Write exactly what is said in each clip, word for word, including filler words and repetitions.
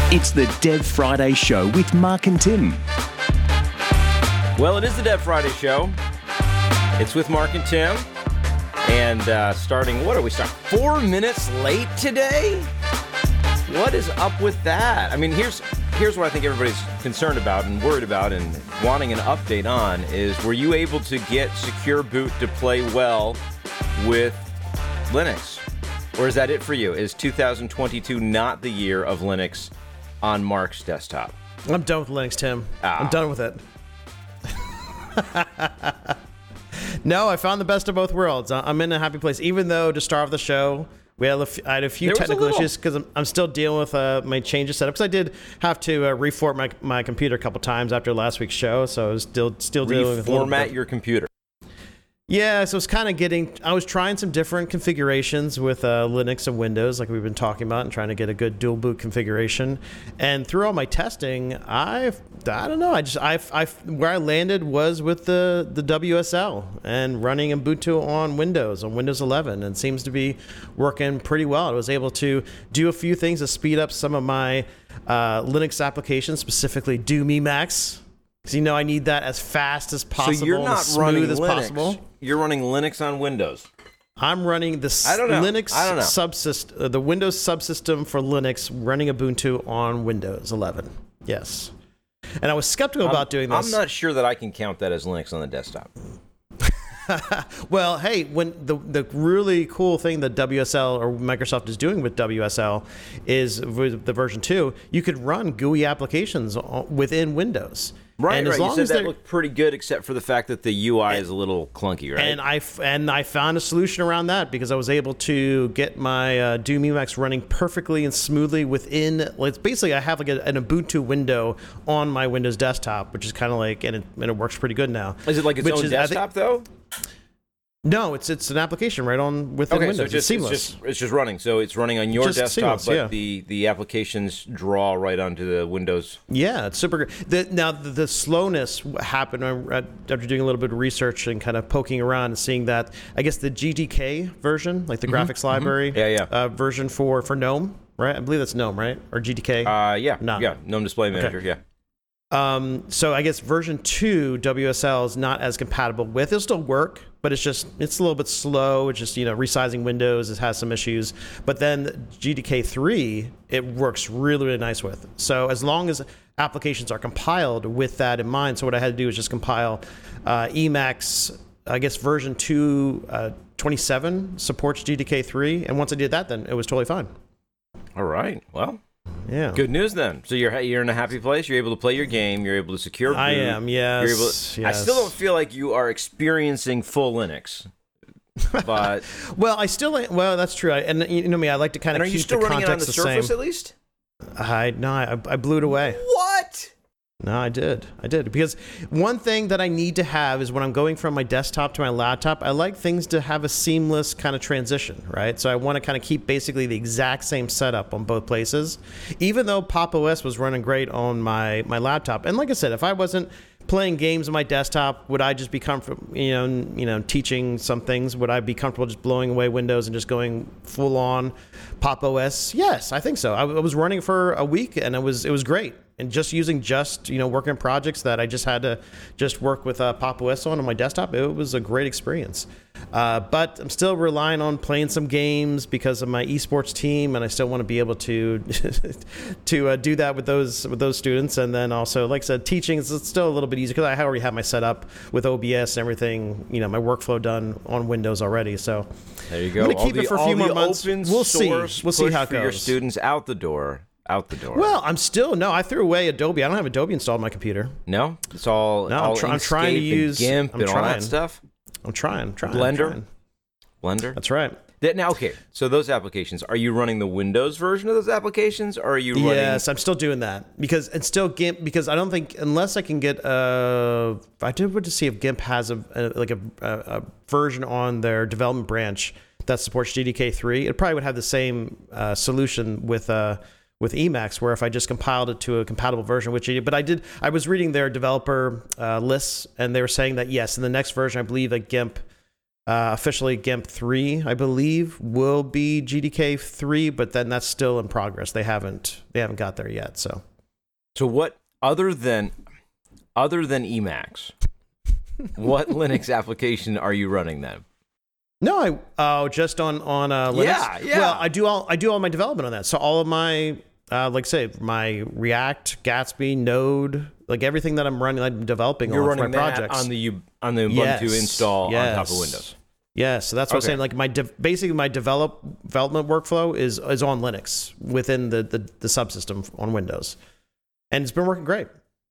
It's the Dev Friday Show with Mark and Tim. Well, it is the Dev Friday Show. It's with Mark and Tim. And uh, starting, what are we starting? Four minutes late today? What is up with that? I mean, here's here's what I think everybody's concerned about and worried about and wanting an update on is, were you able to get Secure Boot to play well with Linux? Or is that it for you? Is two thousand twenty-two not the year of Linux on Mark's desktop? I'm done with Linux, Tim. Ah. I'm done with it. No, I found the best of both worlds. I'm in a happy place. Even though to start off the show, we had a, f- I had a few There was technical a little- issues because I'm, I'm still dealing with uh, my change of setup. Because I did have to uh, reformat my, my computer a couple times after last week's show, so I was still still dealing with a little Reformat bit. your computer. Yeah, so it's kind of getting, I was trying some different configurations with uh, Linux and Windows, like we've been talking about, and trying to get a good dual boot configuration. And through all my testing, I, I don't know, I just, I, I, where I landed was with the, the W S L and running Ubuntu on Windows, on Windows eleven, and seems to be working pretty well. I was able to do a few things to speed up some of my uh, Linux applications, specifically do Emacs. Because you know I need that as fast as possible, So you're not as running smooth as Linux. possible. You're running Linux on Windows. I'm running the I don't know. Linux I don't know. subsystem, uh, the Windows subsystem for Linux, running Ubuntu on Windows eleven. Yes, and I was skeptical I'm, about doing this. I'm not sure that I can count that as Linux on the desktop. Well, hey, when the the really cool thing that W S L or Microsoft is doing with W S L is with the version two, you could run G U I applications o- within Windows. Right, and right. As You long said as that they're- looked pretty good, except for the fact that the U I is a little clunky, right? And I f- and I found a solution around that because I was able to get my uh, Doom Emacs running perfectly and smoothly within. Well, it's basically I have like a, an Ubuntu window on my Windows desktop, which is kind of like and it, and it works pretty good now. is it like its which own is- I think- desktop, though? No, it's it's an application right on within Okay, Windows. so it's just, seamless. it's just it's just running. So it's running on your Just desktop, seamless, but yeah. the, the applications draw right onto the Windows. Yeah, it's super good. The, now, the, the slowness happened uh, after doing a little bit of research and kind of poking around and seeing that, I guess, the G D K version, like the graphics library Yeah, yeah. Uh, version for, for GNOME, right? I believe that's GNOME, right? Or G D K? Uh, yeah, No. yeah, GNOME Display Manager, yeah. Um, so I guess version two W S L is not as compatible with. It'll still work, but it's just it's a little bit slow. It's just you know resizing Windows. It has some issues. But then G D K three it works really really nice with. So as long as applications are compiled with that in mind, so what I had to do is just compile uh, Emacs. I guess version two uh, twenty-seven supports G D K three, and once I did that, then it was totally fine. All right, well, Yeah, good news then. So you're you're in a happy place. You're able to play your game. You're able to secure boot. I am. Yes, You're able to- I yes. still don't feel like you are experiencing full Linux, but Well, I still well, that's true. I, and you know me, I like to kind and of are keep you still the running it on context the the Surface same. at least? I no, I, I blew it away. What? No, I did. I did. Because one thing that I need to have is when I'm going from my desktop to my laptop, I like things to have a seamless kind of transition, right? So I want to kind of keep basically the exact same setup on both places, even though Pop! O S was running great on my, my laptop. And like I said, if I wasn't playing games on my desktop, would I just be comfortable, you know, you know, teaching some things? Would I be comfortable just blowing away Windows and just going full on Pop! O S? Yes, I think so. I, I was running for a week and it was, it was great. And just using just, you know, working projects that I just had to just work with uh, Pop! O S on on my desktop, it was a great experience. Uh, but I'm still relying on playing some games because of my esports team, and I still want to be able to to uh, do that with those with those students. And then also, like I said, teaching is still a little bit easier because I already have my setup with O B S and everything, you know, my workflow done on Windows already. So There you go. I'm gonna All keep it the- for a all few the more months. open We'll see. source We'll see push how it for your goes. students out the door. Out the door. Well, I'm still no. I threw away Adobe. I don't have Adobe installed on my computer. No, it's all. No, all I'm, try- I'm trying to Inkscape and use GIMP I'm and all that trying. stuff. I'm trying. trying Blender? trying. Blender. That's right. That, now, okay. So those applications, are you running the Windows version of those applications, or are you running? Yes, I'm still doing that because it's still GIMP because I don't think unless I can get uh I did want to see if GIMP has a, a like a, a, a version on their development branch that supports G D K three. It probably would have the same uh, solution with uh with Emacs, where if I just compiled it to a compatible version, which it, but I did, I was reading their developer uh, lists, and they were saying that yes, in the next version, I believe that GIMP Uh, officially, GIMP three, I believe, will be G D K three, but then that's still in progress. They haven't they haven't got there yet. So, so what other than other than Emacs, what Linux application are you running then? No, I oh just on on uh, Linux. Yeah, yeah. Well, I do all I do all my development on that. So all of my uh, like say my React, Gatsby, Node, like everything that I'm running, I'm developing You're on running for my that projects on the on the Ubuntu yes, install yes. on top of Windows. Yeah, so that's what Okay. I'm saying. Like my de- basically my develop development workflow is is on Linux within the, the the subsystem on Windows, and it's been working great.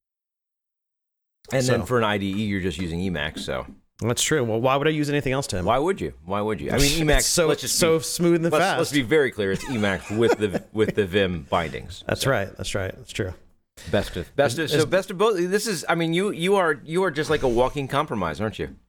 And So- then for an I D E, you're just using Emacs. So That's true. Well, why would I use anything else, Tim? why would you? Why would you? I mean, Emacs. It's so let's just so be, smooth and let's, fast. let's be very clear. It's Emacs with the with the Vim bindings. That's right. That's right. That's true. Best of best of so best of both. This is. I mean, you you are you are just like a walking compromise, aren't you?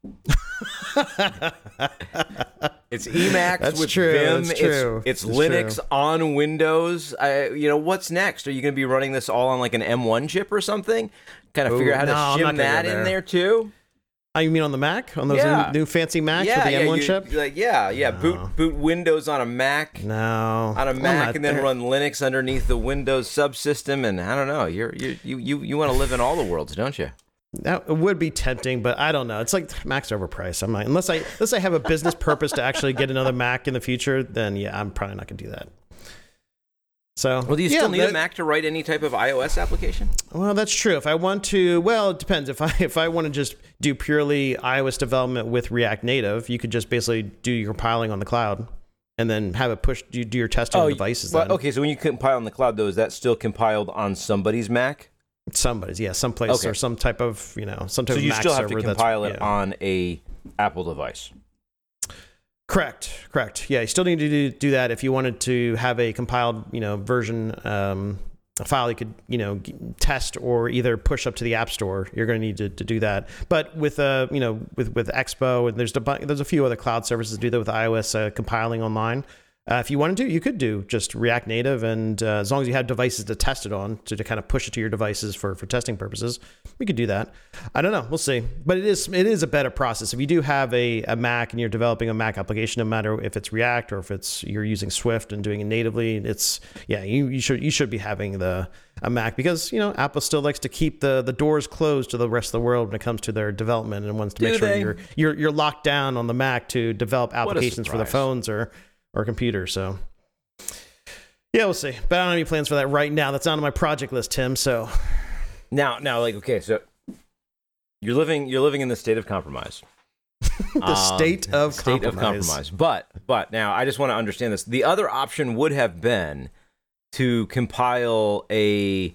It's Emacs That's with true, Vim. that's true, It's, it's that's Linux true. on Windows. I, you know what's next? Are you going to be running this all on like an M one chip or something? Kind of Ooh, figure out no, how I'm to not shim gonna go that in there. there too. Oh, you mean on the Mac? On those Yeah. new, new fancy Macs yeah, with the yeah, M one you- chip? Like yeah, yeah. Boot boot Windows on a Mac. No. On a I'm Mac not and then there. run Linux underneath the Windows subsystem, and I don't know. You're you you you, you want to live in all the worlds, don't you? That would be tempting, but I don't know. It's like Mac's overpriced. I'm not unless I unless I have a business purpose to actually get another Mac in the future. Then yeah, I'm probably not gonna do that. So Well, do you yeah, still need that- a Mac to write any type of iOS application? Well, that's true. If I want to, well, it depends. If I if I want to just do purely iOS development with React Native, you could just basically do your compiling on the cloud, and then have it push do, do your testing on devices. But, then. okay, so when you compile on the cloud, though, is that still compiled on somebody's Mac? Somebody's, yeah, someplace Okay. or some type of, you know, some type So of you Mac still have to server that's- compile it yeah. on a Apple device. Correct, correct. Yeah, you still need to do, do that if you wanted to have a compiled, you know, version um, a file you could, you know, g- test or either push up to the App Store. You're going to need to, to do that. But with uh, you know, with with Expo and there's a bu- there's a few other cloud services that do that with iOS uh, compiling online. Uh, if you wanted to, you could do just React Native, and uh, as long as you have devices to test it on, to, to kind of push it to your devices for, for testing purposes, we could do that. I don't know, we'll see. But it is it is a better process. If you do have a, a Mac and you're developing a Mac application, no matter if it's React or if it's you're using Swift and doing it natively, it's yeah, you, you should you should be having the a Mac because you know Apple still likes to keep the, the doors closed to the rest of the world when it comes to their development and wants to Do make sure they? you're you're you're locked down on the Mac to develop a applications for the surprise. phones or or computer. So yeah, we'll see. But I don't have any plans for that right now. That's not on my project list, Tim. So Now, now, like, okay, so you're living you're living in the state of compromise. the Um, state of state compromise. of compromise. But but now I just want to understand this. The other option would have been to compile a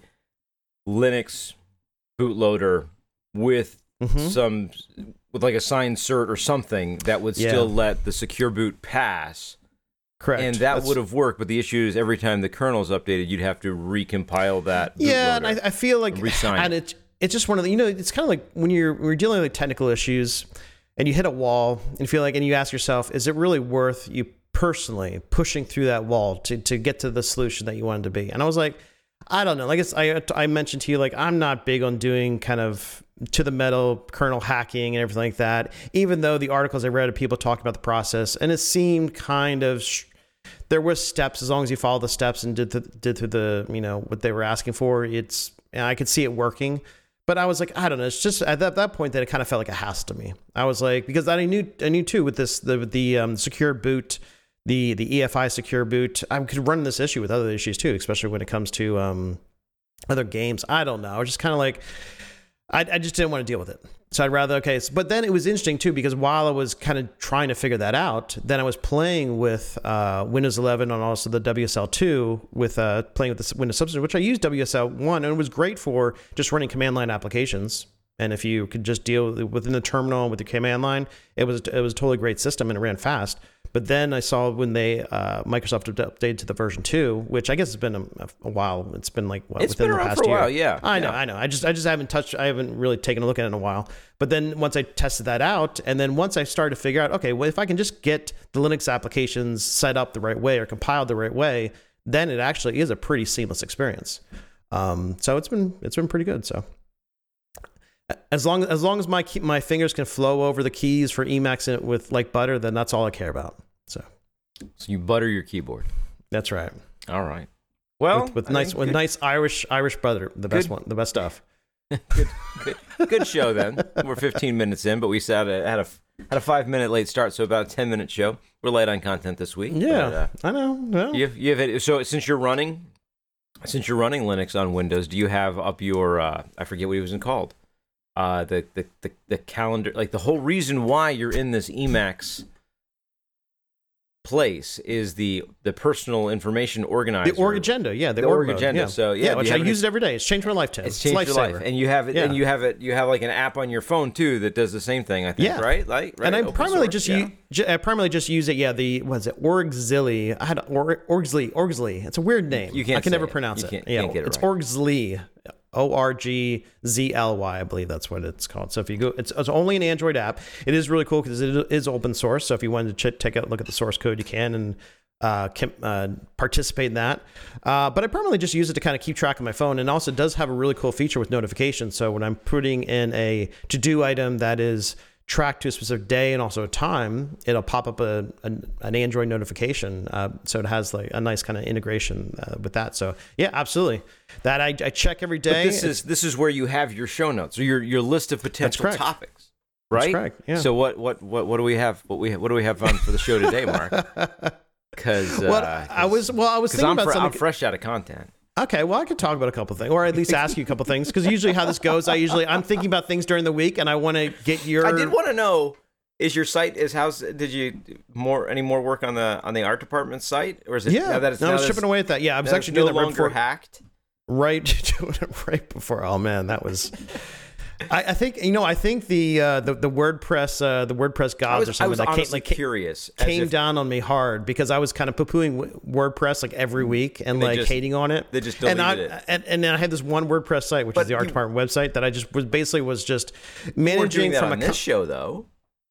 Linux bootloader with Mhm. some with like a signed cert or something that would Yeah. still let the secure boot pass. Correct. And that That's- would have worked, but the issue is every time the kernel's updated, you'd have to recompile that. Yeah, and bootloader. I, I feel like Resign and it. it it's just one of the you know it's kind of like when you're when you're dealing with technical issues and you hit a wall and you feel like and you ask yourself, is it really worth you personally pushing through that wall to to get to the solution that you wanted to be? And I was like, I don't know. Like it's, I I mentioned to you, like I'm not big on doing kind of to the metal kernel hacking and everything like that. Even though the articles I read of people talking about the process, and it seemed kind of sh- there was steps as long as you follow the steps and did the, did through the you know what they were asking for. It's and I could see it working. But I was like, I don't know. It's just at that, that point that it kind of felt like a hassle to me. I was like, because I knew I knew too with this the the um, secure boot. The the E F I secure boot, I could run this issue with other issues too, especially when it comes to um, other games. I don't know. I was just kind of like, I, I just didn't want to deal with it. So I'd rather, okay. So, but then it was interesting too, because while I was kind of trying to figure that out, then I was playing with uh, Windows eleven and also the W S L two with uh, playing with the Windows subsystem, which I used W S L one, and it was great for just running command line applications. And if you could just deal within the terminal with the command line, it was it was a totally great system and it ran fast. But then I saw when they uh, Microsoft updated to the version two, which I guess has been a, a while. It's been like what, It's within been the around past for a year. while, yeah, I know, yeah. I know. I just I just haven't touched. I haven't really taken a look at it in a while. But then once I tested that out, and then once I started to figure out, okay, well if I can just get the Linux applications set up the right way or compiled the right way, then it actually is a pretty seamless experience. Um, so it's been it's been pretty good. So. As long as long as my key, my fingers can flow over the keys for Emacs in it with like butter, then that's all I care about. So, so you butter your keyboard. That's right. All right. Well, with, with nice with nice Irish Irish butter, the best good. one, the best stuff. good, good, good show then. We're fifteen minutes in, but we had a had a had a five minute late start, so about a ten minute show. We're light on content this week. Yeah, but, uh, I know. Well, you've you've had, so since you're running, since you're running Linux on Windows, do you have up your uh, I forget what it was called, uh, the, the the the calendar, like the whole reason why you're in this Emacs place is the the personal information organizer, the org agenda, yeah, the, the org, org agenda. Yeah. So yeah, yeah which I use use it every day. It's changed my life, Tim. It's changed it's your life, and you have it, yeah. and you have it. You have like an app on your phone too that does the same thing. I think, yeah. right? Like, right? And I Open primarily source, just yeah. use, j- I primarily just use it. Yeah, the what is it? Orgzily. I had or, Orgzly. Orgzly. It's a weird name. You can't I can say never it. pronounce You it. can't- yeah, can't get it it's right. Orgzly. O R G Z L Y, I believe that's what it's called. So if you go, it's, it's only an Android app. It is really cool because it is open source. So if you wanted to ch- take a look at the source code, you can and uh, can, uh, participate in that. Uh, but I primarily just use it to kind of keep track of my phone. And also it does have a really cool feature with notifications. So when I'm putting in a to-do item that is tracked to a specific day and also a time, it'll pop up a, a an Android notification. Uh, so it has like a nice kind of integration uh, with that. So yeah, absolutely. That I, I check every day. But this is this is where you have your show notes or your your list of potential correct. topics, right? That's correct. Yeah. So what what what what do we have? What we what do we have on for the show today, Mark? Because uh, well, I was well, I was thinking I'm about fr- something. I'm fresh out of content. Okay, well, I could talk about a couple things, or at least ask you a couple things, because usually how this goes, I usually I'm thinking about things during the week, and I want to get your. I did want to know: is your site is how's did you more any more work on the on the art department site, or is it? Yeah, now that it's, no, I now was that chipping it's- away at that. Yeah, I was now actually it's doing no that right longer before. hacked. Right, doing it right before. Oh man, that was. I, I think you know. I think the uh, the the WordPress uh, the WordPress gods I was, or I something was that came, honestly like, came, curious. as came if down on me hard because I was kind of poo-pooing WordPress like every week and, And they like just- hating on it. they just and I, deleted it. And, and then I had this one WordPress site, which But is the art you- department website that I just was basically was just We're managing doing that from on a this show though.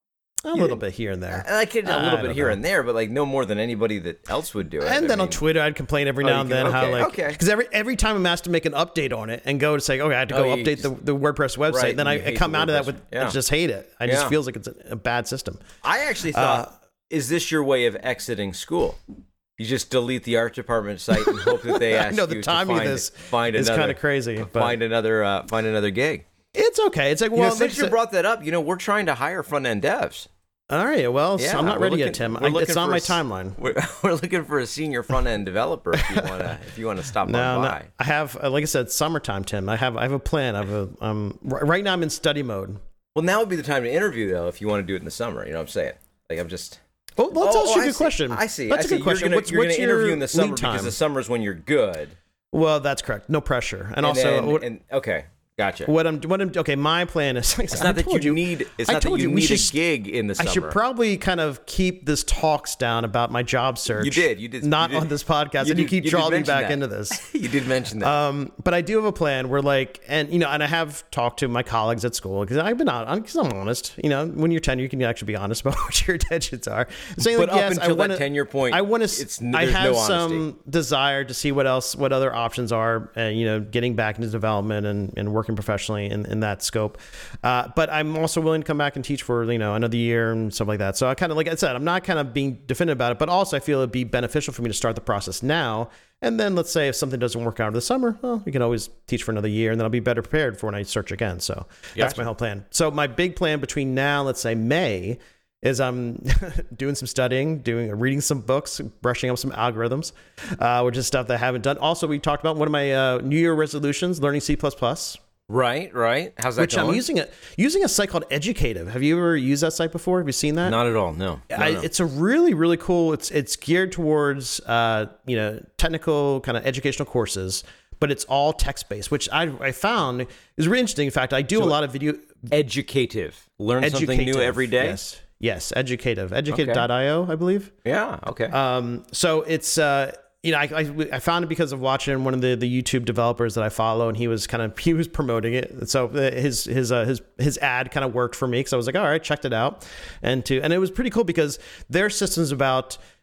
a little bit here and there. I could a I little don't bit here know. and there, but like no more than anybody that else would do it. And I then on mean- Twitter, I'd complain every Oh, now you and can- then how okay, like okay. because every every time I'm asked to make an update on it and go to say, okay, I had to go Oh, you update the, just- the WordPress website. Right, then and I, you I hate come the out of that WordPress. with Yeah. I just hate it. I just Yeah. feels like it's a, a bad system. I actually thought, Uh, is this your way of exiting school? You just delete the art department site and hope that they I ask know the you timing to of find, this find is another kind of crazy, but find another uh, find another gig. it's okay. It's like You well, know, like since I you said- brought that up, you know, we're trying to hire front end devs. all right. Well, Yeah, I'm not we're ready looking- yet, Tim. we're I, looking it's on for my a s- timeline. We're, we're looking for a senior front end developer if you wanna if you wanna stop No, on no, by. I have, uh, like I said, summertime, Tim. I have, I have a plan. I have a, um, r- right now I'm in study mode. Well, now would be the time to interview though if you want to do it in the summer. You know what I'm saying? Like I'm just. Oh, well, that's Oh, actually oh, a I good see. question. I see. That's I a see. good question. You're gonna, what's you're what's gonna your interview in the summer lead time? because the summer's when you're good. Well, that's correct. No pressure. And, And also, then- what, and, okay, gotcha. what I'm, what I'm, okay, my plan is. Like I said, It's I not that told you need. It's I not that told you we need a should- gig in the I summer. should probably kind of keep this talks down about my job search. You did. You did. Not you did- on this podcast, you and you did- keep you did drawing me mention back that. into this. You did mention that. Um, but I do have a plan where, like, and you know, and I have talked to my colleagues at school because I've been on because I'm honest. You know, when you're tenure, you can actually be honest about what your intentions are. Saying But like, up yes, until I wanna, that tenure point, I want it's- to. I there's have no some desire to see what else, what other options are. Uh, you know, getting back into development and, and working professionally in, in that scope. Uh, but I'm also willing to come back and teach for you know another year and stuff like that. So I kind of like I said, I'm not kind of being definitive about it, but also I feel it'd be beneficial for me to start the process now. And then let's say if something doesn't work out in the summer, well, we can always teach for another year, and then I'll be better prepared for when I search again. So that's Gotcha. my whole plan. So my big plan between now, let's say May, is I'm doing some studying, doing reading some books, brushing up some algorithms, uh, which is stuff that I haven't done. Also, we talked about one of my uh, New Year resolutions, learning C plus plus. right, right. How's that Which going? I'm using it using a site called Educative. Have you ever used that site before? Have you seen that? Not at all. No. no, I, no. It's a really really cool. It's it's geared towards uh, you know technical kind of educational courses, but it's all text based, which I I found is really interesting. In fact, I do a lot of video Educative. Learn something new educative, every day. Yes, yes, educative, educative dot io, I believe. Yeah. Okay. Um, so it's, uh, you know, I, I, I found it because of watching one of the, the YouTube developers that I follow, and he was kind of, he was promoting it. And so his, his, uh, his, his ad kind of worked for me. Cause I was like, all right, checked it out. And to, and it was pretty cool because their system's about,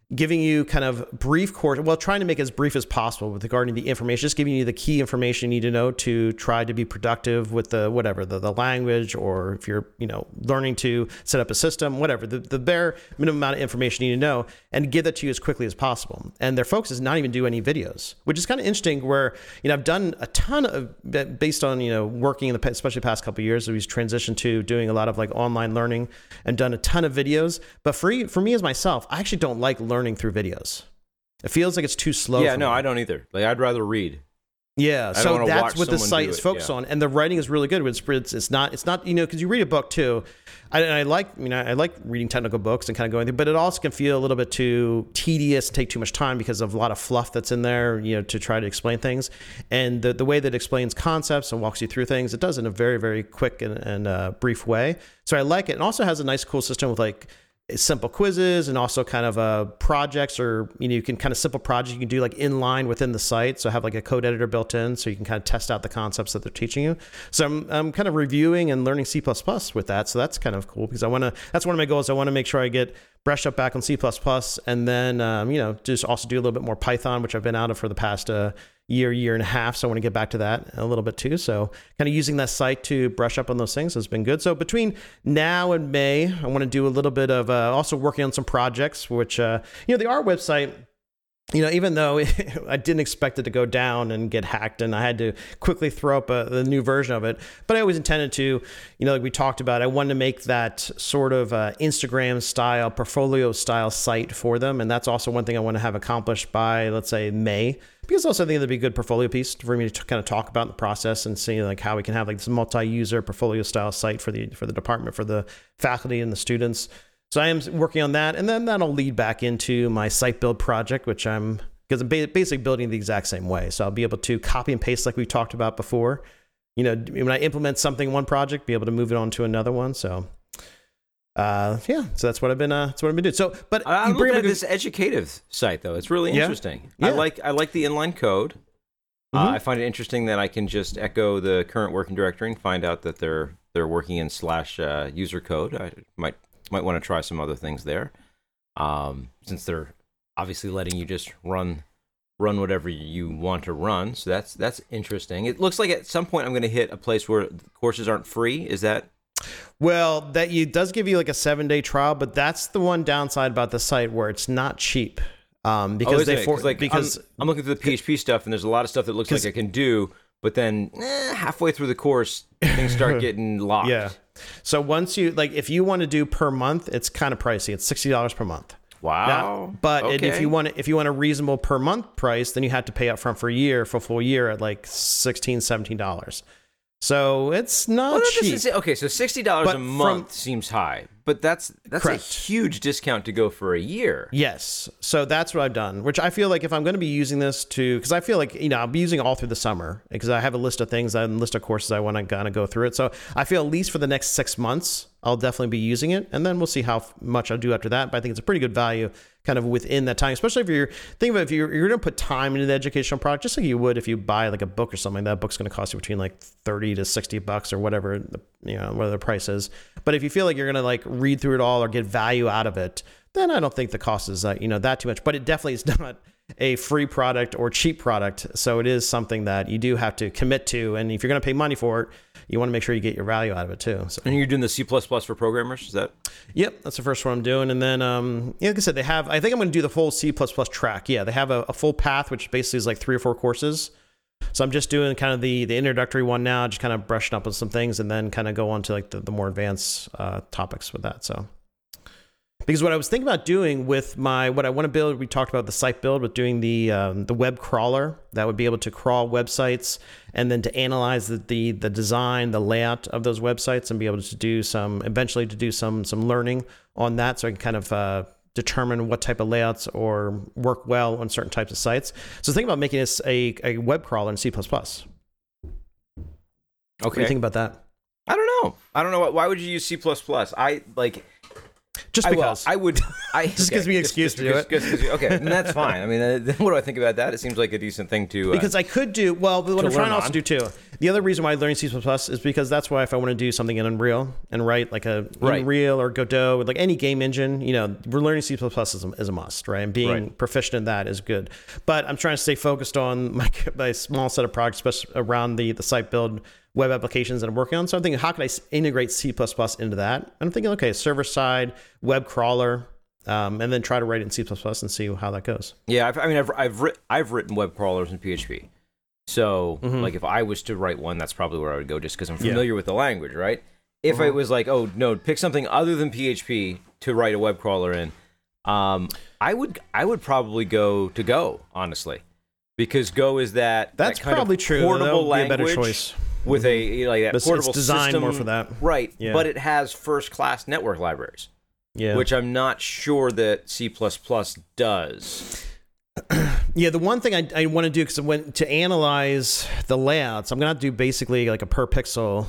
giving you kind of brief course, well, trying to make it as brief as possible with regarding the information, just giving you the key information you need to know to try to be productive with the whatever, the, the language, or if you're, you know, learning to set up a system, whatever, the, the bare minimum amount of information you need to know, and give that to you as quickly as possible. And their focus is not even do any videos, which is kind of interesting where, you know, I've done a ton of, based on, you know, working in the, especially the past couple of years, we've transitioned to doing a lot of like online learning and done a ton of videos. But for, for me as myself, I actually don't like learning through videos. It feels like it's too slow. Yeah, for no, me. I don't either. Like, I'd rather read. Yeah, I so that's what the site is focused yeah. on, and the writing is really good. It's it's, it's not it's not you know because you read a book too. I, and I like you know I like reading technical books and kind of going through, but it also can feel a little bit too tedious and take too much time because of a lot of fluff that's in there. You know, to try to explain things, and the the way that it explains concepts and walks you through things, it does in a very very quick and, and uh, brief way. So I like it. It also has a nice cool system with like simple quizzes and also kind of uh, projects, or you know you can kind of simple projects you can do like inline within the site, so have like a code editor built in so you can kind of test out the concepts that they're teaching you. So I'm, I'm kind of reviewing and learning C plus plus with that, so that's kind of cool because I want to that's one of my goals. I want to make sure I get brushed up back on C plus plus, and then um, you know just also do a little bit more Python, which I've been out of for the past uh, year year and a half, so I want to get back to that a little bit too. So kind of using that site to brush up on those things has been good. So between now and May, I want to do a little bit of uh, also working on some projects, which uh, you know the art website, you know, even though I didn't expect it to go down and get hacked, and I had to quickly throw up a, the new version of it, but I always intended to, you know, like we talked about, I wanted to make that sort of uh, Instagram style, portfolio style site for them. And that's also one thing I want to have accomplished by, let's say, May, because also I think that'd be a good portfolio piece for me to kind of talk about in the process and see like how we can have like this multi-user portfolio style site for the, for the department, for the faculty and the students. So I am working on that, and then that'll lead back into my site build project, which I'm, because I'm basically building the exact same way. So I'll be able to copy and paste like we talked about before. You know, when I implement something in one project, be able to move it on to another one. So, uh, yeah, so that's what I've been, uh, that's what I've been doing. So, but I'm you bring looking up at a, this educative site though. It's really Yeah. interesting. Yeah. I like, I like the inline code. Mm-hmm. Uh, I find it interesting that I can just echo the current working directory and find out that they're they're working in slash uh, user code. I might. Might want to try some other things there, um, since they're obviously letting you just run run whatever you want to run. So that's that's interesting. It looks like at some point I'm going to hit a place where courses aren't free. Is that? Well, that you does give you like a seven day trial, but that's the one downside about the site where it's not cheap. Um, because oh, they for, like because I'm, I'm looking through the P H P stuff and there's a lot of stuff that looks like I can do, but then eh, halfway through the course things start getting locked. Yeah. So once you like, if you want to do per month, it's kind of pricey. It's sixty dollars per month. Wow. Now, but okay. if you want if you want a reasonable per month price, then you have to pay up front for a year, for a full year at like sixteen, seventeen dollars. So it's not well, cheap. Is, okay, so sixty dollars But a month from, seems high, but that's that's correct. a huge discount to go for a year. Yes. So that's what I've done, which I feel like if I'm going to be using this to, because I feel like, you know, I'll be using it all through the summer because I have a list of things, a list of courses I want to kind of go through it. So I feel at least for the next six months, I'll definitely be using it. And then we'll see how much I'll do after that. But I think it's a pretty good value kind of within that time, especially if you're thinking about if you're, you're going to put time into the educational product, just like you would if you buy like a book or something. That book's going to cost you between like thirty to sixty bucks or whatever, the, you know, whatever the price is. But if you feel like you're going to like read through it all or get value out of it, then I don't think the cost is, uh, you know, that too much. But it definitely is not a free product or cheap product. So it is something that you do have to commit to. And if you're going to pay money for it, you want to make sure you get your value out of it too. So. And you're doing the C plus plus for programmers? Is that? Yep, that's the first one I'm doing. And then, um, yeah, like I said, they have, I think I'm going to do the full C plus plus track. Yeah, they have a, a full path, which basically is like three or four courses. So I'm just doing kind of the, the introductory one now, just kind of brushing up on some things and then kind of go on to like the, the more advanced uh, topics with that. So. Because what I was thinking about doing with my, what I want to build, we talked about the site build with doing the um, the web crawler that would be able to crawl websites and then to analyze the, the the design, the layout of those websites and be able to do some, eventually to do some some learning on that so I can kind of uh, determine what type of layouts or work well on certain types of sites. So think about making this a, a web crawler in C plus plus. Okay. What do you think about that? I don't know. I don't know. Why would you use C plus plus? I like... Just I, well, because. I would. I, Just gives me an excuse to do it. Just, just, okay, and that's fine. I mean, uh, what do I think about that? It seems like a decent thing to. Uh, because I could do well, but what I'm trying to also on. do too. The other reason why I learned C plus plus is because that's why if I want to do something in Unreal and write like a Right. Unreal or Godot with like any game engine, you know, we're learning C plus plus is a, is a must, right? And being Right. proficient in that is good. But I'm trying to stay focused on my, my small set of projects, especially around the the site build web applications that I'm working on. So I'm thinking, how can I s- integrate C plus plus into that? And I'm thinking, okay, server side, web crawler, um, and then try to write it in C plus plus and see how that goes. Yeah, I've, I mean, I've I've, writ, I've written web crawlers in P H P. So, Mm-hmm. like, if I was to write one, that's probably where I would go, just because I'm familiar with the language, right? If it was like, oh no, pick something other than P H P to write a web crawler in, um, I would I would probably go to Go, honestly, because Go is that That's that kind probably of true. That portable would be a better language choice. with a you know, like that It's- it's portable designed system, more for that. right? Yeah. But it has first class network libraries, Yeah. which I'm not sure that C plus plus does. Yeah, the one thing I, I want to do, because when to analyze the layouts, I'm gonna have to do basically like a per pixel,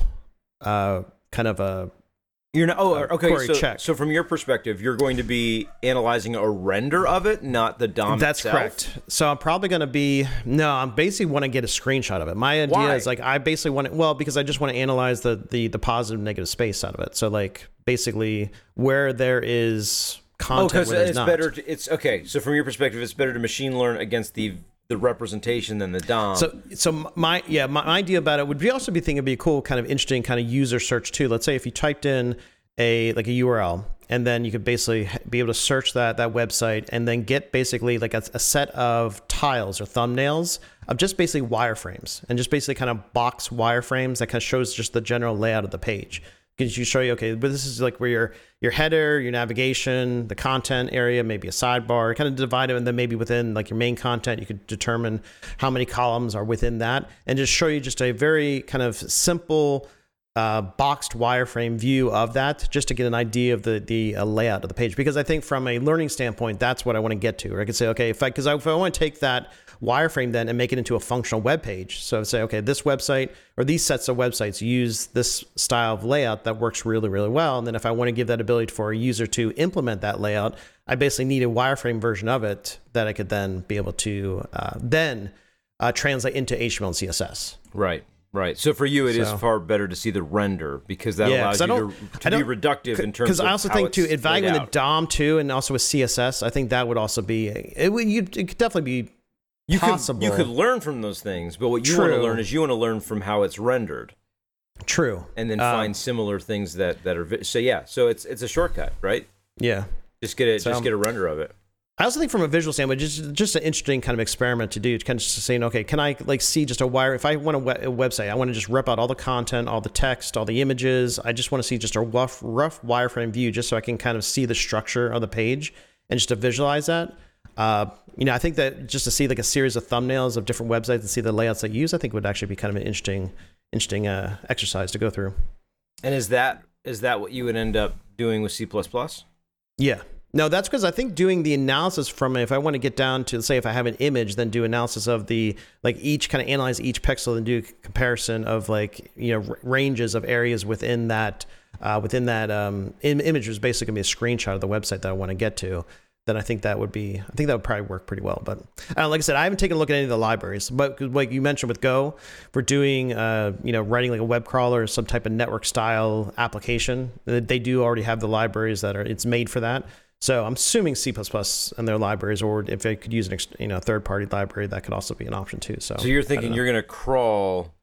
uh, kind of a You're not. Oh, okay. query So, check. so from your perspective, you're going to be analyzing a render of it, not the D O M That's itself? correct. So I'm probably going to be no. I'm basically want to get a screenshot of it. My idea Why? is like I basically want to, well, because I just want to analyze the the the positive and negative space out of it. So like basically where there is Oh, content, because where there's it's not. better. To, it's okay. So from your perspective, it's better to machine learn against the the representation than the D O M. So, so my yeah, my idea about it would be also be thinking it'd be a cool, kind of interesting, kind of user search too. Let's say if you typed in a like a U R L, and then you could basically be able to search that that website, and then get basically like a, a set of tiles or thumbnails of just basically wireframes, and just basically kind of box wireframes that kind of shows just the general layout of the page. Because you show you, okay, but this is like where your your header, your navigation, the content area, maybe a sidebar, kind of divide it, and then maybe within like your main content, you could determine how many columns are within that, and just show you just a very kind of simple uh, boxed wireframe view of that, just to get an idea of the the uh, layout of the page. Because I think from a learning standpoint, that's what I want to get to. Or I could say, okay, if I because I, if I want to take that wireframe then and make it into a functional web page. So I'd say, okay, this website or these sets of websites use this style of layout that works really, really well. And then if I want to give that ability for a user to implement that layout, I basically need a wireframe version of it that I could then be able to uh, then uh, translate into H T M L and C S S. right, right. So for you, it is So- far better to see the render because that Yeah, allows 'cause I you don't- to, I to don't- be reductive in terms of Because I also how think it's too, laid evaluating the out. D O M too, and also with C S S, I think that would also be it. Would you? It could definitely be You possible. could, you could learn from those things, but what you want to True. learn is you want to learn from how it's rendered, True. and then Um, find similar things that, that are vi- so yeah. So it's it's a shortcut, right? Yeah. Just get it, So, just um, get a render of it. I also think from a visual standpoint, just just an interesting kind of experiment to do. Kind of just saying, okay, can I like see just a wire? If I want a, we- a website, I want to just rip out all the content, all the text, all the images. I just want to see just a rough, rough wireframe view, just so I can kind of see the structure of the page and just to visualize that. Uh, you know, I think that just to see like a series of thumbnails of different websites and see the layouts they use, I think would actually be kind of an interesting, interesting uh, exercise to go through. And is that is that what you would end up doing with C plus plus? Yeah. No, that's because I think doing the analysis from if I want to get down to, say, if I have an image, then do analysis of the, like each kind of analyze each pixel and do comparison of like, you know, r- ranges of areas within that, uh, within that um, im- image was basically going to be a screenshot of the website that I want to get to. Then I think that would be, I think that would probably work pretty well. But uh, like I said, I haven't taken a look at any of the libraries. But like you mentioned with Go, for doing, uh, you know, writing like a web crawler or some type of network style application, they do already have the libraries that are, it's made for that. So I'm assuming C plus plus and their libraries, or if they could use an ex- you know third party library, that could also be an option too. So So you're I don't thinking know. you're going to crawl,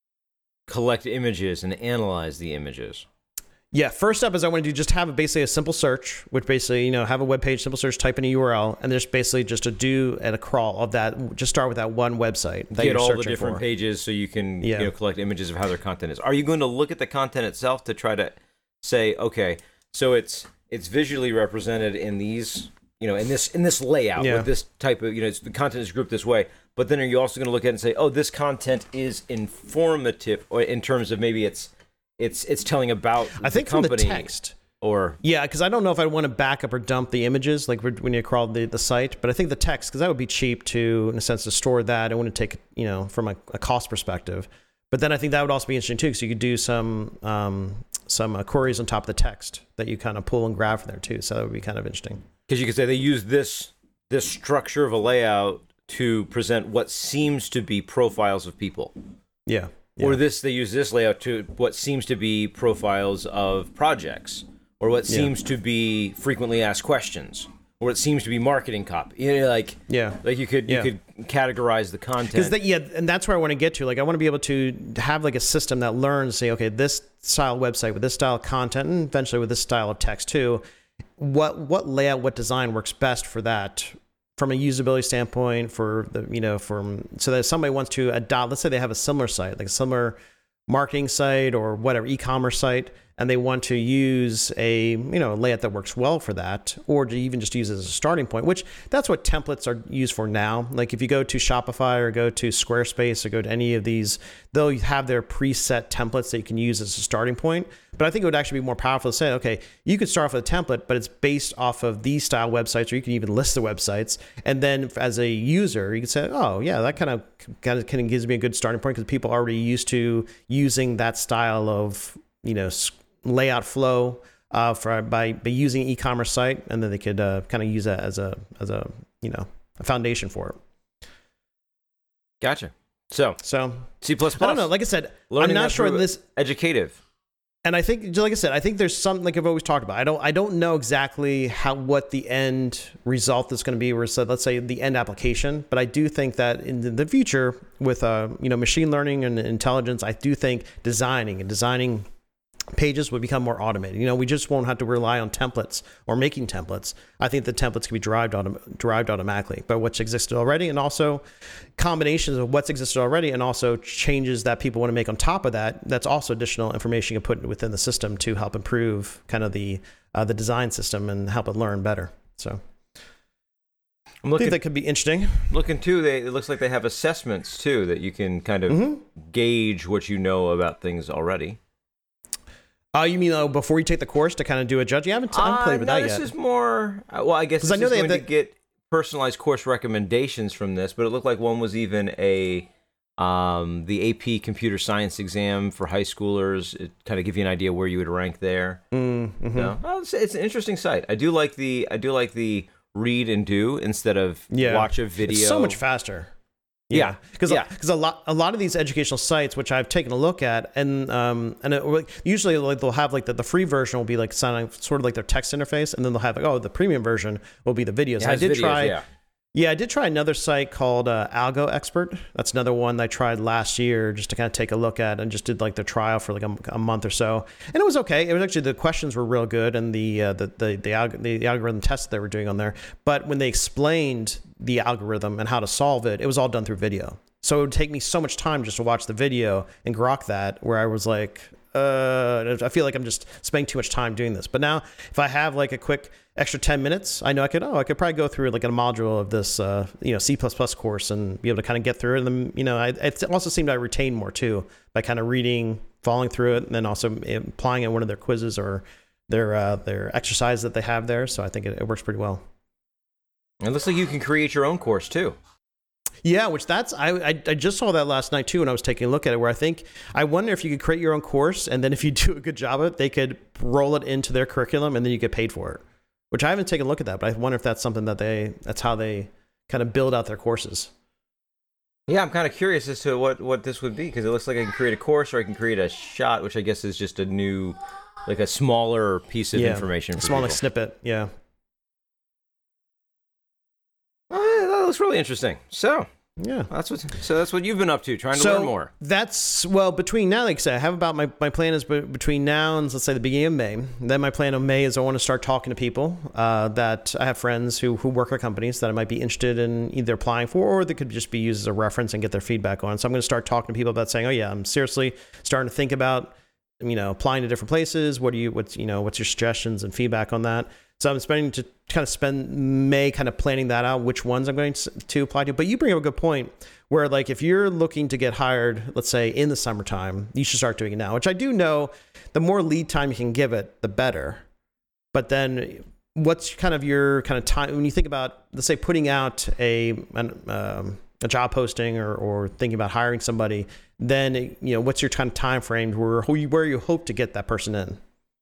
collect images, and analyze the images. Yeah, first up is I want to do just have a, basically a simple search, which basically, you know, have a web page, simple search, type in a U R L, and just basically just to do at a crawl of that, just start with that one website that Get you're all the searching different for. pages so you can Yeah. you know, collect images of how their content is. Are you going to look at the content itself to try to say, okay, so it's it's visually represented in these, you know, in this in this layout Yeah. with this type of, you know, it's, the content is grouped this way. But then are you also going to look at it and say, oh, this content is informative, or in terms of maybe it's it's it's telling about I think the from company the text. or Yeah, because I don't know if I want to back up or dump the images like when you crawl the, the site, but I think the text, because that would be cheap to, in a sense, to store that. I want to take, you know, from a, a cost perspective. But then I think that would also be interesting too, because you could do some um, some uh, queries on top of the text that you kind of pull and grab from there too. So that would be kind of interesting. Because you could say they use this this structure of a layout to present what seems to be profiles of people. Yeah. yeah. Or this they use this layout to what seems to be profiles of projects, or what seems yeah. to be frequently asked questions, or it seems to be marketing copy. You know, like yeah, like you could yeah. you could categorize the content. Because that, yeah, and that's where I want to get to. Like, I want to be able to have like a system that learns, say, okay, this style website with this style of content, and eventually with this style of text too. What what layout, what design works best for that from a usability standpoint? For the you know from so that if somebody wants to adopt, let's say they have a similar site, like a similar marketing site or whatever e-commerce site, and they want to use a you know layout that works well for that, or to even just use it as a starting point, which that's what templates are used for now. Like if you go to Shopify or go to Squarespace or go to any of these, they'll have their preset templates that you can use as a starting point. But I think it would actually be more powerful to say, okay, you could start off with a template, but it's based off of these style websites, or you can even list the websites. And then as a user, you can say, oh yeah, that kind of kind of, kind of gives me a good starting point, because people are already used to using that style of, you know, layout flow uh, for by, by using an e-commerce site, and then they could uh, kind of use that as a as a you know a foundation for it. Gotcha. So so C plus plus. I don't know. Like I said, Learning I'm not sure this educative. And I think, like I said, I think there's something, like I've always talked about. I don't, I don't know exactly how what the end result is going to be. Where so let's say the end application, but I do think that in the future with uh, you know machine learning and intelligence, I do think designing and designing pages would become more automated. You know, we just won't have to rely on templates or making templates. I think the templates can be derived autom- derived automatically by what's existed already, and also combinations of what's existed already, and also changes that people want to make on top of that. That's also additional information you can put within the system to help improve kind of the uh, the design system and help it learn better. So I'm looking, I think that could be interesting. Looking too, they, it looks like they have assessments too that you can kind of mm-hmm. gauge what you know about things already. Oh, uh, you mean uh, before you take the course to kind of do a judge? You haven't, I haven't played uh, with no, that this yet. This is more, uh, well, I guess this I know is they going have to the, get personalized course recommendations from this, but it looked like one was even a, um, the A P computer science exam for high schoolers. It kind of give you an idea where you would rank there. Mm-hmm. So, well, it's, it's an interesting site. I do like the, I do like the read and do instead of yeah. watch a video. It's so much faster. Yeah, because yeah. because a lot a lot of these educational sites, which I've taken a look at, and um and it, usually like they'll have like the, the free version will be like sounding sort of like their text interface, and then they'll have like, oh, the premium version will be the videos. Yeah, I did videos, try. Yeah. Yeah, I did try another site called uh, Algo Expert. That's another one that I tried last year just to kind of take a look at, and just did like the trial for like a, a month or so, and it was okay. It was actually, the questions were real good, and the uh, the the the, alg- the the algorithm tests they were doing on there. But when they explained the algorithm and how to solve it, it was all done through video. So it would take me so much time just to watch the video and grok that, where I was like, uh, I feel like I'm just spending too much time doing this. But now, if I have like a quick extra ten minutes, I know I could, oh, I could probably go through like a module of this, uh, you know, C plus plus course and be able to kind of get through it. And then, you know, I, it also seemed I retained more too by kind of reading, following through it, and then also applying it in one of their quizzes or their uh, their exercise that they have there. So I think it, it works pretty well. It looks like you can create your own course too. Yeah, which that's, I, I I just saw that last night too when I was taking a look at it, where I think, I wonder if you could create your own course, and then if you do a good job of it, they could roll it into their curriculum and then you get paid for it, which I haven't taken a look at that, but I wonder if that's something that they, that's how they kind of build out their courses. Yeah, I'm kind of curious as to what, what this would be, because it looks like I can create a course or I can create a shot, which I guess is just a new, like a smaller piece of yeah, information. A for small people. like snippet, yeah. Uh, that looks really interesting. So, yeah, that's what. So that's what you've been up to, trying to so learn more. That's, well, between now, like I said, I have about my, my plan is be- between now and let's say the beginning of May. Then my plan of May is I want to start talking to people uh, that I have friends who who work at companies that I might be interested in either applying for, or they could just be used as a reference and get their feedback on. So I'm going to start talking to people about saying, oh yeah, I'm seriously starting to think about, you know, applying to different places. What do you, what's, you know, what's your suggestions and feedback on that? So I'm spending to kind of spend May kind of planning that out, which ones I'm going to apply to. But you bring up a good point where, like, if you're looking to get hired, let's say in the summertime, you should start doing it now, which I do know the more lead time you can give it, the better. But then what's kind of your kind of time when you think about, let's say, putting out a, an, um, a job posting or, or thinking about hiring somebody, then, you know, what's your kind of time frame where, where you hope to get that person in?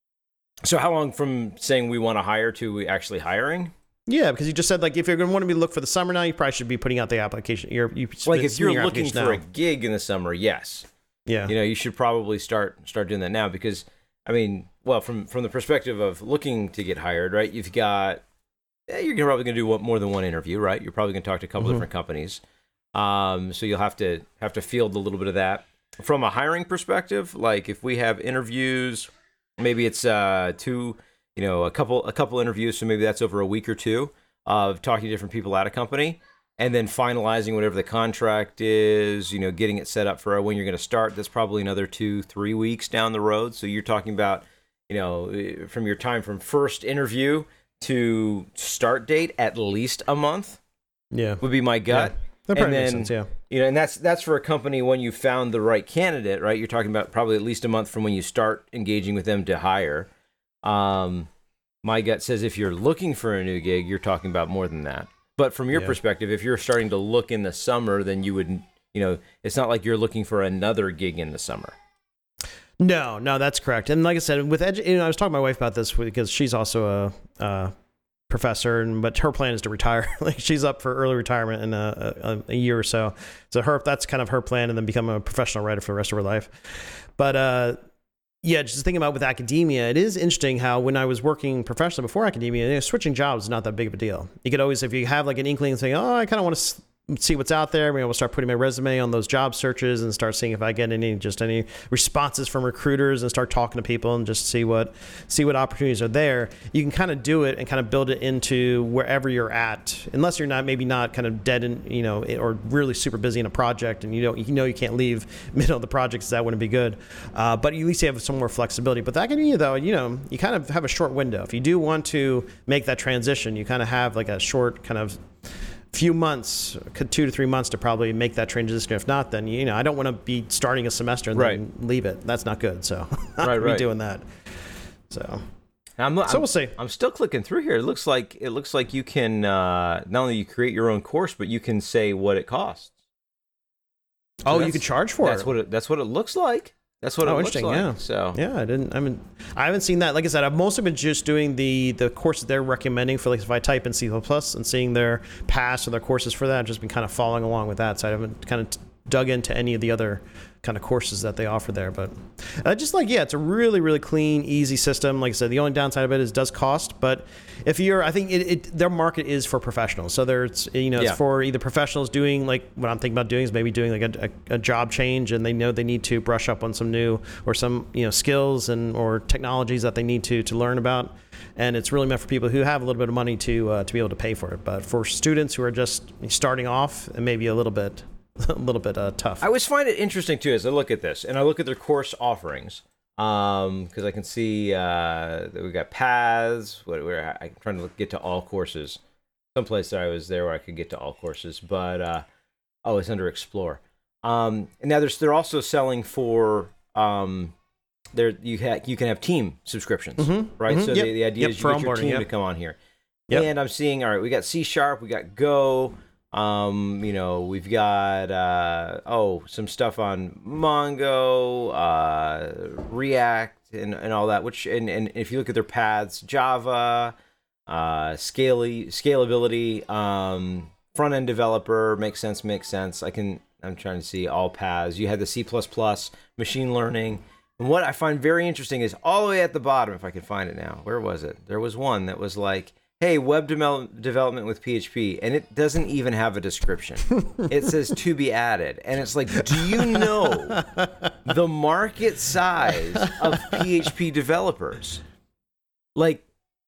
So how long from saying we want to hire to actually hiring? Yeah, because you just said, like, if you're going to want to be look for the summer now, you probably should be putting out the application. You're, you like if you're looking for now. a gig in the summer, yes. Yeah. You know, you should probably start start doing that now because, I mean, well, from, from the perspective of looking to get hired, right, you've got, you're probably going to do more than one interview, right? You're probably going to talk to a couple mm-hmm. different companies. Um, so you'll have to have to field a little bit of that. From a hiring perspective, like if we have interviews, maybe it's uh, two, you know, a couple a couple interviews, so maybe that's over a week or two of talking to different people at a company, and then finalizing whatever the contract is, you know, getting it set up for when you're going to start. That's probably another two, three weeks down the road. So you're talking about, you know, from your time from first interview to start date, at least a month. Yeah, would be my gut. Yeah. That probably and then, makes sense, yeah. You know, and that's that's for a company when you found the right candidate, right? You're talking about probably at least a month from when you start engaging with them to hire. Um, my gut says if you're looking for a new gig, you're talking about more than that. But from your yeah. perspective, if you're starting to look in the summer, then you would, you know, it's not like you're looking for another gig in the summer. No, no, that's correct. And like I said, with edu- you know, I was talking to my wife about this because she's also a, a professor, and but her plan is to retire. Like she's up for early retirement in a, a, a year or so. So her that's kind of her plan, and then become a professional writer for the rest of her life. But uh, yeah, just thinking about with academia, it is interesting how when I was working professionally before academia, you know, switching jobs is not that big of a deal. You could always, if you have like an inkling saying, oh, I kind of want to see what's out there, maybe I'll start putting my resume on those job searches and start seeing if I get any just any responses from recruiters and start talking to people and just see what see what opportunities are there. You can kind of do it and kind of build it into wherever you're at, unless you're not maybe not kind of dead in, you know, or really super busy in a project and you don't you know you can't leave middle of the project, so that wouldn't be good. Uh, but at least you have some more flexibility. But that can be, though, you know, you kind of have a short window. If you do want to make that transition, you kind of have like a short kind of few months, two to three months to probably make that transition. If not, then, you know, I don't want to be starting a semester and right. then leave it. That's not good. So I'm right, not right. be doing that. So, I'm, so I'm, we'll see. I'm still clicking through here. It looks like it looks like you can uh, not only you create your own course, but you can say what it costs. So oh, you can charge for that's it. What it. That's what it looks like. That's what oh, it looks like. Yeah. So yeah, I didn't. I mean, I haven't seen that. Like I said, I've mostly been just doing the the courses they're recommending for, like, if I type in C plus plus and seeing their past or their courses for that. I've just been kind of following along with that. So I haven't kind of t- dug into any of the other kind of courses that they offer there. But uh, just like, yeah, it's a really, really clean, easy system. Like I said, the only downside of it is it does cost. But if you're, I think it, it their market is for professionals. So there's, you know, yeah. it's for either professionals doing, like what I'm thinking about doing is maybe doing like a, a, a job change, and they know they need to brush up on some new or some, you know, skills and or technologies that they need to to learn about. And it's really meant for people who have a little bit of money to uh, to be able to pay for it. But for students who are just starting off, it may be a little bit a little bit uh, tough. I always find it interesting too as I look at this and I look at their course offerings, um, because I can see uh, that we got paths. What where I'm trying to get to all courses. Someplace that I was there where I could get to all courses, but uh, oh, it's under Explore. Um, and now there's they're also selling for um, there you ha- you can have team subscriptions, mm-hmm. right? Mm-hmm. So yep. the, the idea yep. is you for get your team yep. to come on here. Yep. And I'm seeing, all right, we got C Sharp, we got Go. Um, you know, we've got, uh, oh, some stuff on Mongo, uh, React, and, and all that, which, and, and if you look at their paths, Java, uh, scale, scalability, um, front-end developer, makes sense, makes sense. I can, I'm trying to see all paths. You had the C plus plus, machine learning. And what I find very interesting is all the way at the bottom, if I can find it now, where was it? There was one that was like, hey, web de- development with P H P, and it doesn't even have a description. It says to be added, and it's like, do you know the market size of P H P developers? Like,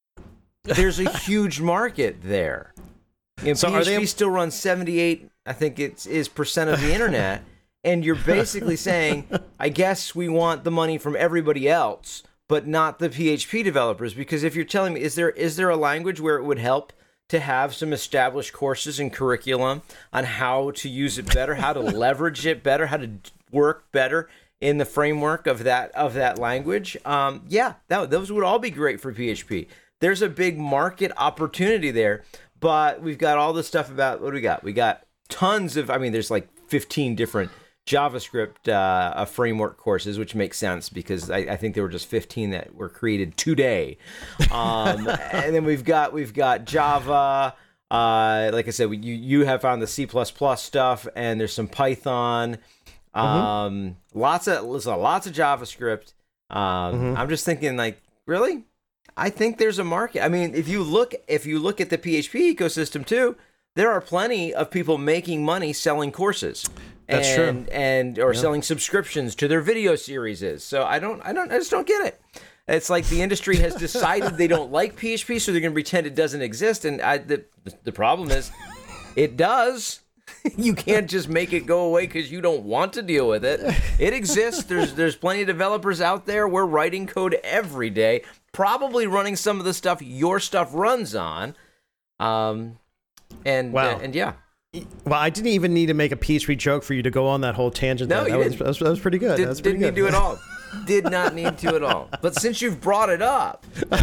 there's a huge market there. You know, so P H P are they... still runs seventy-eight, I think it's is percent of the internet, and you're basically saying, I guess we want the money from everybody else, but not the P H P developers. Because if you're telling me, is there is there a language where it would help to have some established courses and curriculum on how to use it better, how to leverage it better, how to work better in the framework of that of that language? Um, yeah, that, those would all be great for P H P. There's a big market opportunity there, but we've got all this stuff about, what do we got? We got tons of, I mean, there's like fifteen different JavaScript uh, uh, framework courses, which makes sense because I, I think there were just fifteen that were created today. Um, and then we've got we've got Java. Uh, like I said, we, you you have found the C plus plus stuff, and there's some Python. Um, mm-hmm. Lots of listen, lots of JavaScript. Um, mm-hmm. I'm just thinking, like, really? I think there's a market. I mean, if you look if you look at the P H P ecosystem too, there are plenty of people making money selling courses. That's and, true. And or yeah. selling subscriptions to their video series is. So I don't I don't I just don't get it. It's like the industry has decided they don't like P H P, so they're going to pretend it doesn't exist. And I, the the problem is, it does. You can't just make it go away because you don't want to deal with it. It exists. There's there's plenty of developers out there. We're writing code every day, probably running some of the stuff your stuff runs on. Um, and wow. uh, and yeah. Well, I didn't even need to make a P H P joke for you to go on that whole tangent. No, there. you That, didn't. was, that, was, that was pretty good. Did, that was pretty didn't good. need to at all. Did not need to at all. But since you've brought it up, no.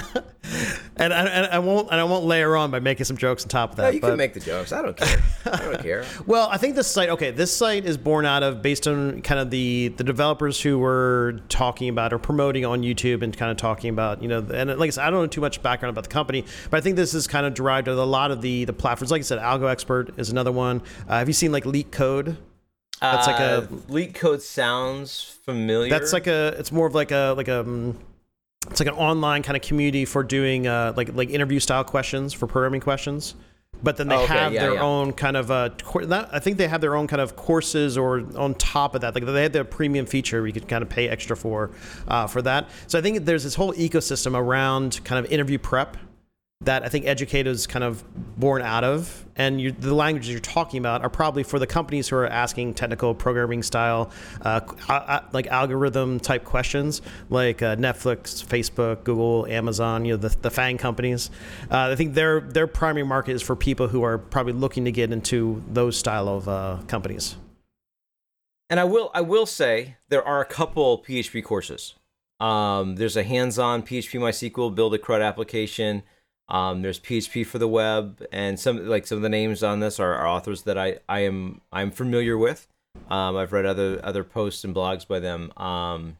and, I, and I won't and I won't layer on by making some jokes on top of that. No, you but, can make the jokes. I don't care. I don't care. Well, I think this site, okay, this site is born out of based on kind of the the developers who were talking about or promoting on YouTube and kind of talking about, you know, and like I said, I don't know too much background about the company, but I think this is kind of derived of a lot of the the platforms. Like I said, Algo Expert is another one. Uh, have you seen like Leak Code? That's like a uh, Leak Code sounds familiar. That's like a. It's more of like a like a. um, It's like an online kind of community for doing uh, like like interview style questions for programming questions. But then they Oh, okay, have yeah, their yeah. own kind of uh, cour- not, I think they have their own kind of courses or on top of that, like they have their premium feature where you could kind of pay extra for uh, for that. So I think there's this whole ecosystem around kind of interview prep that I think Educato's kind of born out of, and you, the languages you're talking about are probably for the companies who are asking technical programming style, uh, uh, like algorithm type questions, like uh, Netflix, Facebook, Google, Amazon, you know, the, the FANG companies. Uh, I think their their primary market is for people who are probably looking to get into those style of uh, companies. And I will I will say there are a couple P H P courses. Um, there's a hands-on P H P MySQL build a CRUD application. Um, there's P H P for the web, and some like some of the names on this are, are authors that I, I am I'm familiar with. Um, I've read other other posts and blogs by them. Um,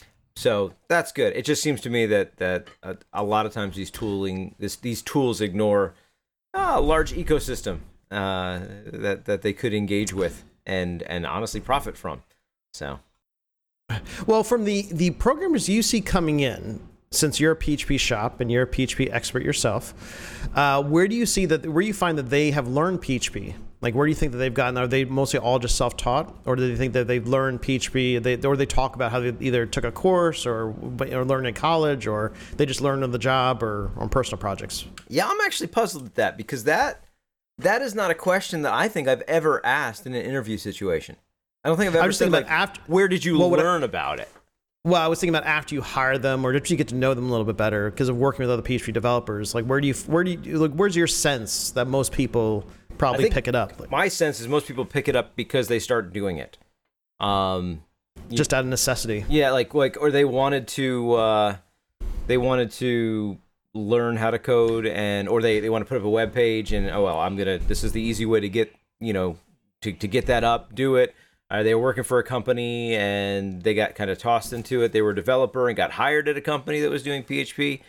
so that's good. It just seems to me that that a, a lot of times these tooling this these tools ignore a large ecosystem uh, that that they could engage with and and honestly profit from. So, well, from the the programmers you see coming in, since you're a P H P shop and you're a P H P expert yourself, uh, where do you see that? Where do you find that they have learned P H P? Like, where do you think that they've gotten? Are they mostly all just self-taught, or do they think that they've learned P H P? They, or they talk about how they either took a course or or learned in college, or they just learned on the job or on personal projects? Yeah, I'm actually puzzled at that because that that is not a question that I think I've ever asked in an interview situation. I don't think I've ever I'm just said, thinking like, about after- where did you Well, what I- learn about it? Well, I was thinking about after you hire them, or did you get to know them a little bit better because of working with other P H P developers? Like, where do you, where do you, like, where's your sense that most people I probably think pick it up? Like, My sense is most people pick it up because they start doing it. Um, just out of necessity. yeah, like like or they wanted to uh, they wanted to learn how to code, and or they, they want to put up a web page, and oh well, I'm gonna this is the easy way to get you know to to get that up, do it. Uh, they were working for a company and they got kind of tossed into it. They were a developer and got hired at a company that was doing P H P.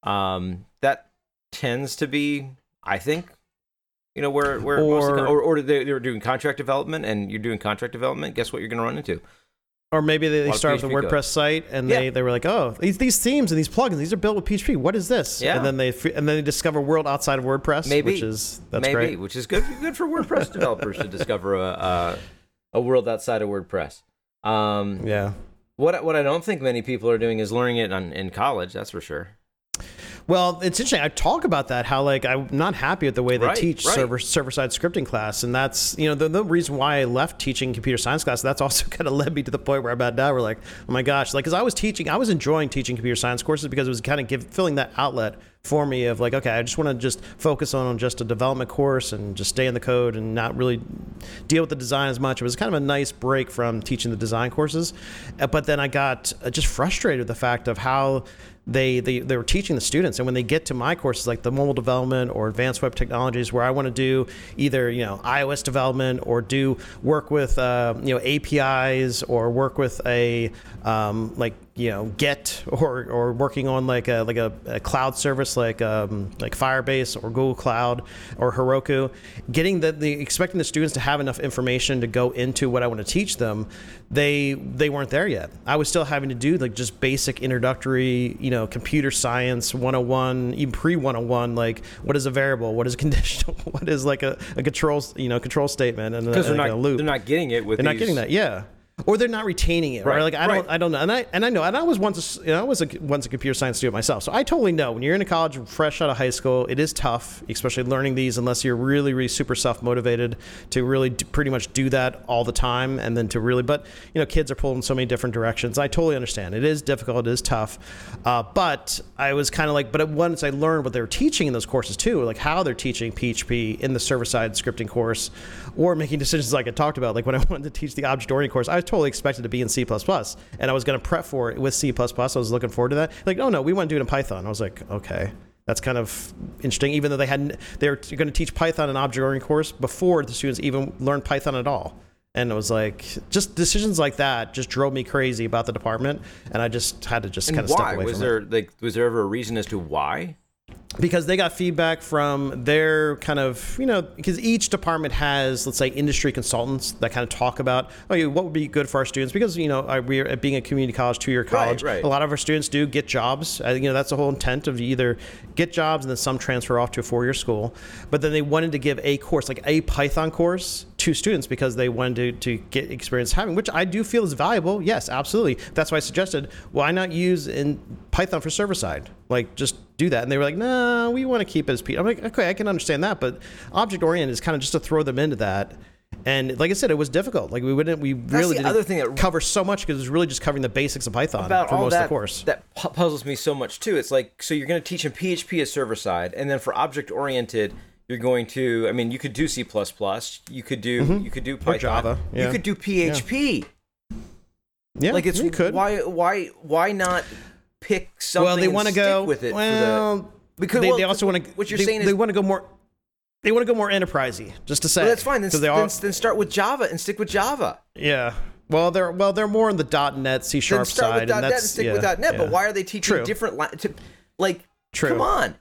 Um, that tends to be, I think, you know, where where Or- most of the, or, or they, they were doing contract development, and you're doing contract development. Guess what you're going to run into? Or maybe they, they lot of start with a P H P code. WordPress site and Yeah. they, they were like, oh, these, these themes and these plugins, these are built with P H P. What is this? Yeah. And then they f- and then they discover a world outside of WordPress, Maybe which is that's maybe great. which is good good for WordPress developers to discover a, a a world outside of WordPress. Um, Yeah. What what I don't think many people are doing is learning it on, in college. That's for sure. Well, it's interesting. I talk about that, how like I'm not happy with the way they Right, teach right. server server side scripting class, and that's you know the, the reason why I left teaching computer science class. That's also kind of led me to the point where I'm at now. We're like, oh my gosh, like because I was teaching, I was enjoying teaching computer science courses because it was kind of give, filling that outlet for me of like, okay, I just want to just focus on just a development course and just stay in the code and not really deal with the design as much. It was kind of a nice break from teaching the design courses, Uh, but then I got uh, just frustrated with the fact of how they, they they were teaching the students. And when they get to my courses, like the mobile development or advanced web technologies, where I want to do either, you know, iOS development or do work with, uh, you know, A P Is or work with a, um, like, you know, Get or or working on like a like a, a cloud service like um, like Firebase or Google Cloud or Heroku, getting the, the expecting the students to have enough information to go into what I want to teach them, they they weren't there yet. I was still having to do like just basic introductory, you know, computer science one oh one, even pre one oh one, like what is a variable, what is a conditional, what is like a, a control, you know, control statement, and because they're like not a loop. They're not getting it with they're these... not getting that, yeah. Or they're not retaining it, right? Right, Like I don't, right. I don't know, and I and I know, and I was once, a, you know, I was a, once a computer science student myself, so I totally know when you're in a college, fresh out of high school, it is tough, especially learning these, unless you're really, really super self motivated to really do, pretty much do that all the time, and then to really, but you know, kids are pulled in so many different directions. I totally understand. It is difficult, it is tough, uh, but I was kind of like, but once I learned what they were teaching in those courses too, like how they're teaching P H P in the server side scripting course, or making decisions like I talked about, like when I wanted to teach the object oriented course, I was totally expected to be in C plus plus, and I was going to prep for it with C plus plus. I was looking forward to that. Like, oh no, we want to do it in Python. I was like, okay, that's kind of interesting. Even though they hadn't, they were going to teach Python in object-oriented course before the students even learned Python at all. And it was like, just decisions like that just drove me crazy about the department, and I just had to just And kind of step why? away Was from there it. like was there ever a reason as to why? Because they got feedback from their kind of, you know, because each department has, let's say, industry consultants that kind of talk about, oh, yeah, what would be good for our students? Because, you know, I- we're being a community college, two-year college, right. a lot of our students do get jobs. I think, you know, that's the whole intent of either get jobs and then some transfer off to a four-year school. But then they wanted to give a course, like a Python course, to students because they wanted to, to get experience having, which I do feel is valuable. Yes, absolutely. That's why I suggested, why not use in Python for server side? Like, just do that. And they were like, no, we want to keep it as P. I'm like, okay, I can understand that, but object oriented is kind of just to throw them into that. And like I said, it was difficult. Like we wouldn't, we really the didn't other thing that- cover so much because it was really just covering the basics of Python About for all most that, of the course. that pu- puzzles me so much too. It's like, so you're going to teach in P H P as server side, and then for object oriented, you're going to, I mean, you could do C plus plus, you could do, Mm-hmm. you could do Python, Or Java, yeah. you could do P H P. Yeah, Like it's you could. why, why, why not pick something? Well, they and want to stick go with it. Well, for the, because they, well, they also want to. What you're they, saying is they want to go more. They want to go more enterprisey. Just to say, well, that's fine. Then, because they then, all. then start with Java and stick with Java. Yeah. Well, they're well, they're more in the .NET C Then sharp start side, with and .NET that's and stick yeah, with .NET. yeah. But why are they teaching True. different? La- to, like, True. come on.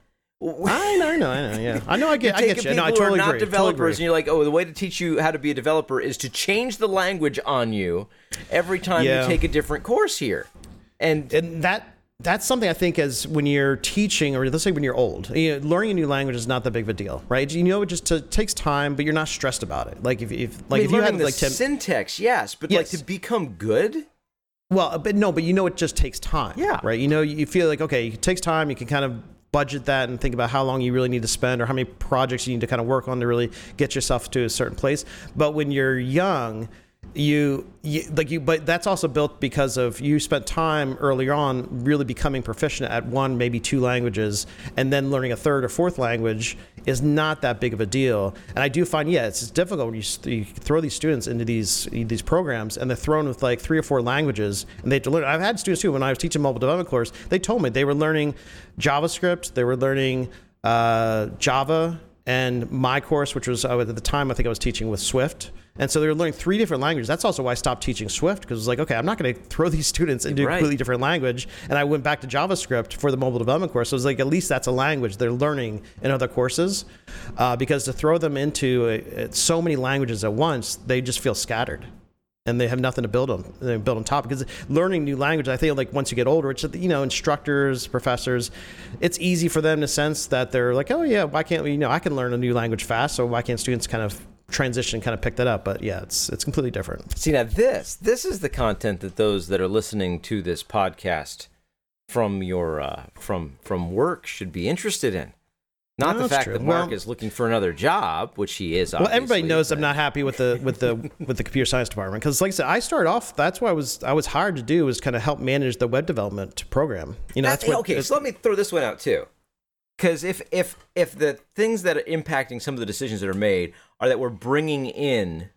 I know, I know, I know. Yeah, I know. I get, I Taking get you. people No, I who totally are not agree. developers, Totally and agree. you're like, oh, the way to teach you how to be a developer is to change the language on you every time Yeah. you take a different course here. And And that that's something I think as when you're teaching, or let's say when you're old, you know, learning a new language is not that big of a deal, right? You know, it just t- takes time, but you're not stressed about it. Like if, if like I mean, if you learning had the like ten, syntax, yes, but Yes. like to become good, well, but no, but you know, it just takes time. Yeah. Right. You know, you feel like okay, it takes time. You can kind of budget that and think about how long you really need to spend or how many projects you need to kind of work on to really get yourself to a certain place. But when you're young, you, you like you but that's also built because of you spent time earlier on really becoming proficient at one, maybe two languages, and then learning a third or fourth language is not that big of a deal. And I do find, yeah, it's, it's difficult when you, you throw these students into these these programs and they're thrown with like three or four languages and they have to learn. I've had students too, when I was teaching mobile development course, they told me they were learning JavaScript, they were learning uh, Java, and my course, which was uh, at the time, I think I was teaching with Swift. And so they were learning three different languages. That's also why I stopped teaching Swift, because it was like, okay, I'm not going to throw these students into Right. a completely different language. And I went back to JavaScript for the mobile development course. So it was like, at least that's a language they're learning in other courses. Uh, because to throw them into uh, so many languages at once, they just feel scattered. And they have nothing to build on. They build on top, because learning new language, I think, like once you get older, it's, you know, instructors, professors, it's easy for them in a sense that they're like, oh yeah, why can't we? You know, I can learn a new language fast, so why can't students kind of transition, kind of pick that up? But yeah, it's it's completely different. see now this this is the content that those that are listening to this podcast from your uh, from from work should be interested in. Not No, the that's fact true. that Mark Well- is looking for another job, which he is. Well, everybody obviously, knows I'm but- not happy with the with the with the computer science department, because, like I said, I started off. That's what I was I was hired to do, was kind of help manage the web development program. You know, That- that's what. okay, so let me throw this one out too. Because if if if the things that are impacting some of the decisions that are made are that we're bringing in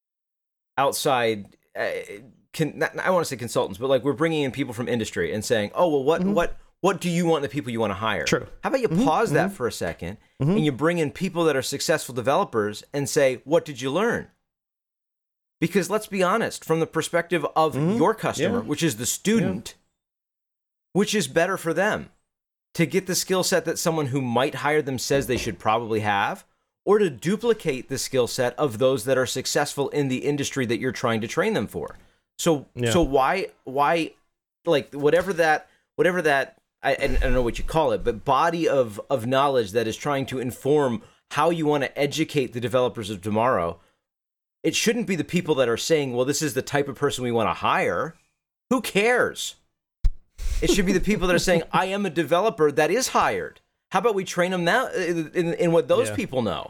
outside, uh, can, not, I want to say consultants, but like we're bringing in people from industry and saying, oh well, what Mm-hmm. what what do you want in the people you want to hire? True. How about you mm-hmm, pause that mm-hmm. for a second mm-hmm. and you bring in people that are successful developers and say, what did you learn? Because let's be honest, from the perspective of mm-hmm. your customer, yeah. which is the student, yeah. which is better for them? To get the skill set that someone who might hire them says they should probably have, or to duplicate the skill set of those that are successful in the industry that you're trying to train them for. So, yeah. so why, why, like whatever that, whatever that, I, I don't know what you call it, but body of of knowledge that is trying to inform how you want to educate the developers of tomorrow. It shouldn't be the people that are saying, "Well, this is the type of person we want to hire." Who cares? It should be the people that are saying, I am a developer that is hired. How about we train them now in, in, in what those yeah. people know?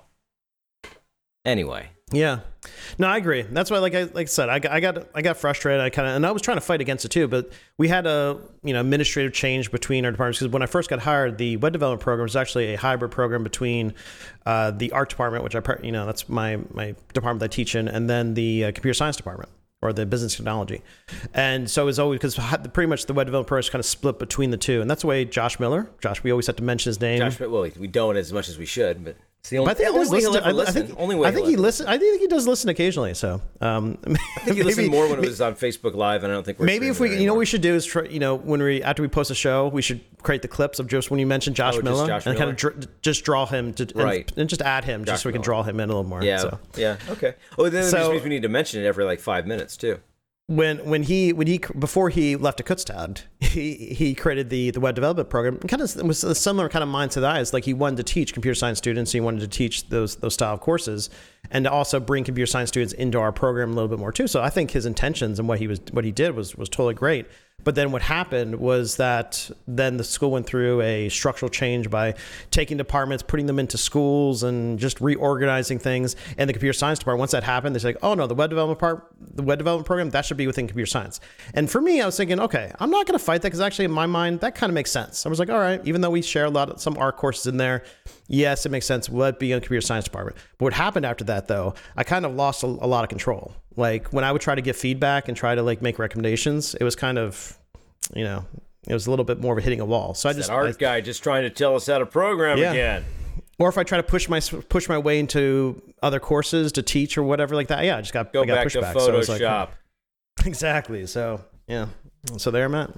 Anyway. Yeah. No, I agree. That's why, like I like I said, I got I got, I got frustrated. I kind of, and I was trying to fight against it too, but we had a, you know, administrative change between our departments, because when I first got hired, the web development program was actually a hybrid program between uh, the art department, which I, you know, that's my, my department that I teach in, and then the uh, computer science department, or the business technology. And so it was always, because pretty much the web development program is kind of split between the two. And that's the way Josh Miller, Josh, we always have to mention his name. Josh, well, we don't as much as we should, but it's the only, I think the only way he'll to, ever I, listen. I think, only way I think he listen. I think he does listen occasionally. So um, I think he listened more when it was on Facebook Live, and I don't think we're maybe if we, you know, what we should do is try, you know, when we after we post a show, we should create the clips of just when you mentioned Josh oh, Miller Josh and Miller? kind of dr- just draw him to right. and, and just add him Josh just so we can Miller. draw him in a little more. Yeah, so. yeah, okay. Oh, then so, it just means we need to mention it every like five minutes too. When when he when he before he left to Kutztown, he he created the the web development program. Kind of was a similar kind of mindset to that. It's like he wanted to teach computer science students. He wanted to teach those those style of courses, and to also bring computer science students into our program a little bit more too. So I think his intentions and what he was what he did was was totally great. But then what happened was that then the school went through a structural change by taking departments, putting them into schools, and just reorganizing things. And the computer science department, once that happened, they're like, oh no, the web development part, the web development program, that should be within computer science. And for me, I was thinking, okay, I'm not going to fight that, because actually in my mind, that kind of makes sense. I was like, all right, even though we share a lot of some art courses in there, yes, it makes sense. Let it be in the computer science department. But what happened after that, though, I kind of lost a, a lot of control. Like when I would try to give feedback and try to like make recommendations, it was kind of, you know, it was a little bit more of a hitting a wall. So it's I just that art I, guy just trying to tell us how to program yeah. again. Or if I try to push my push my way into other courses to teach or whatever like that, yeah, I just got go I got back to pushback. Photoshop. So I was like, exactly. So yeah, so there I'm at.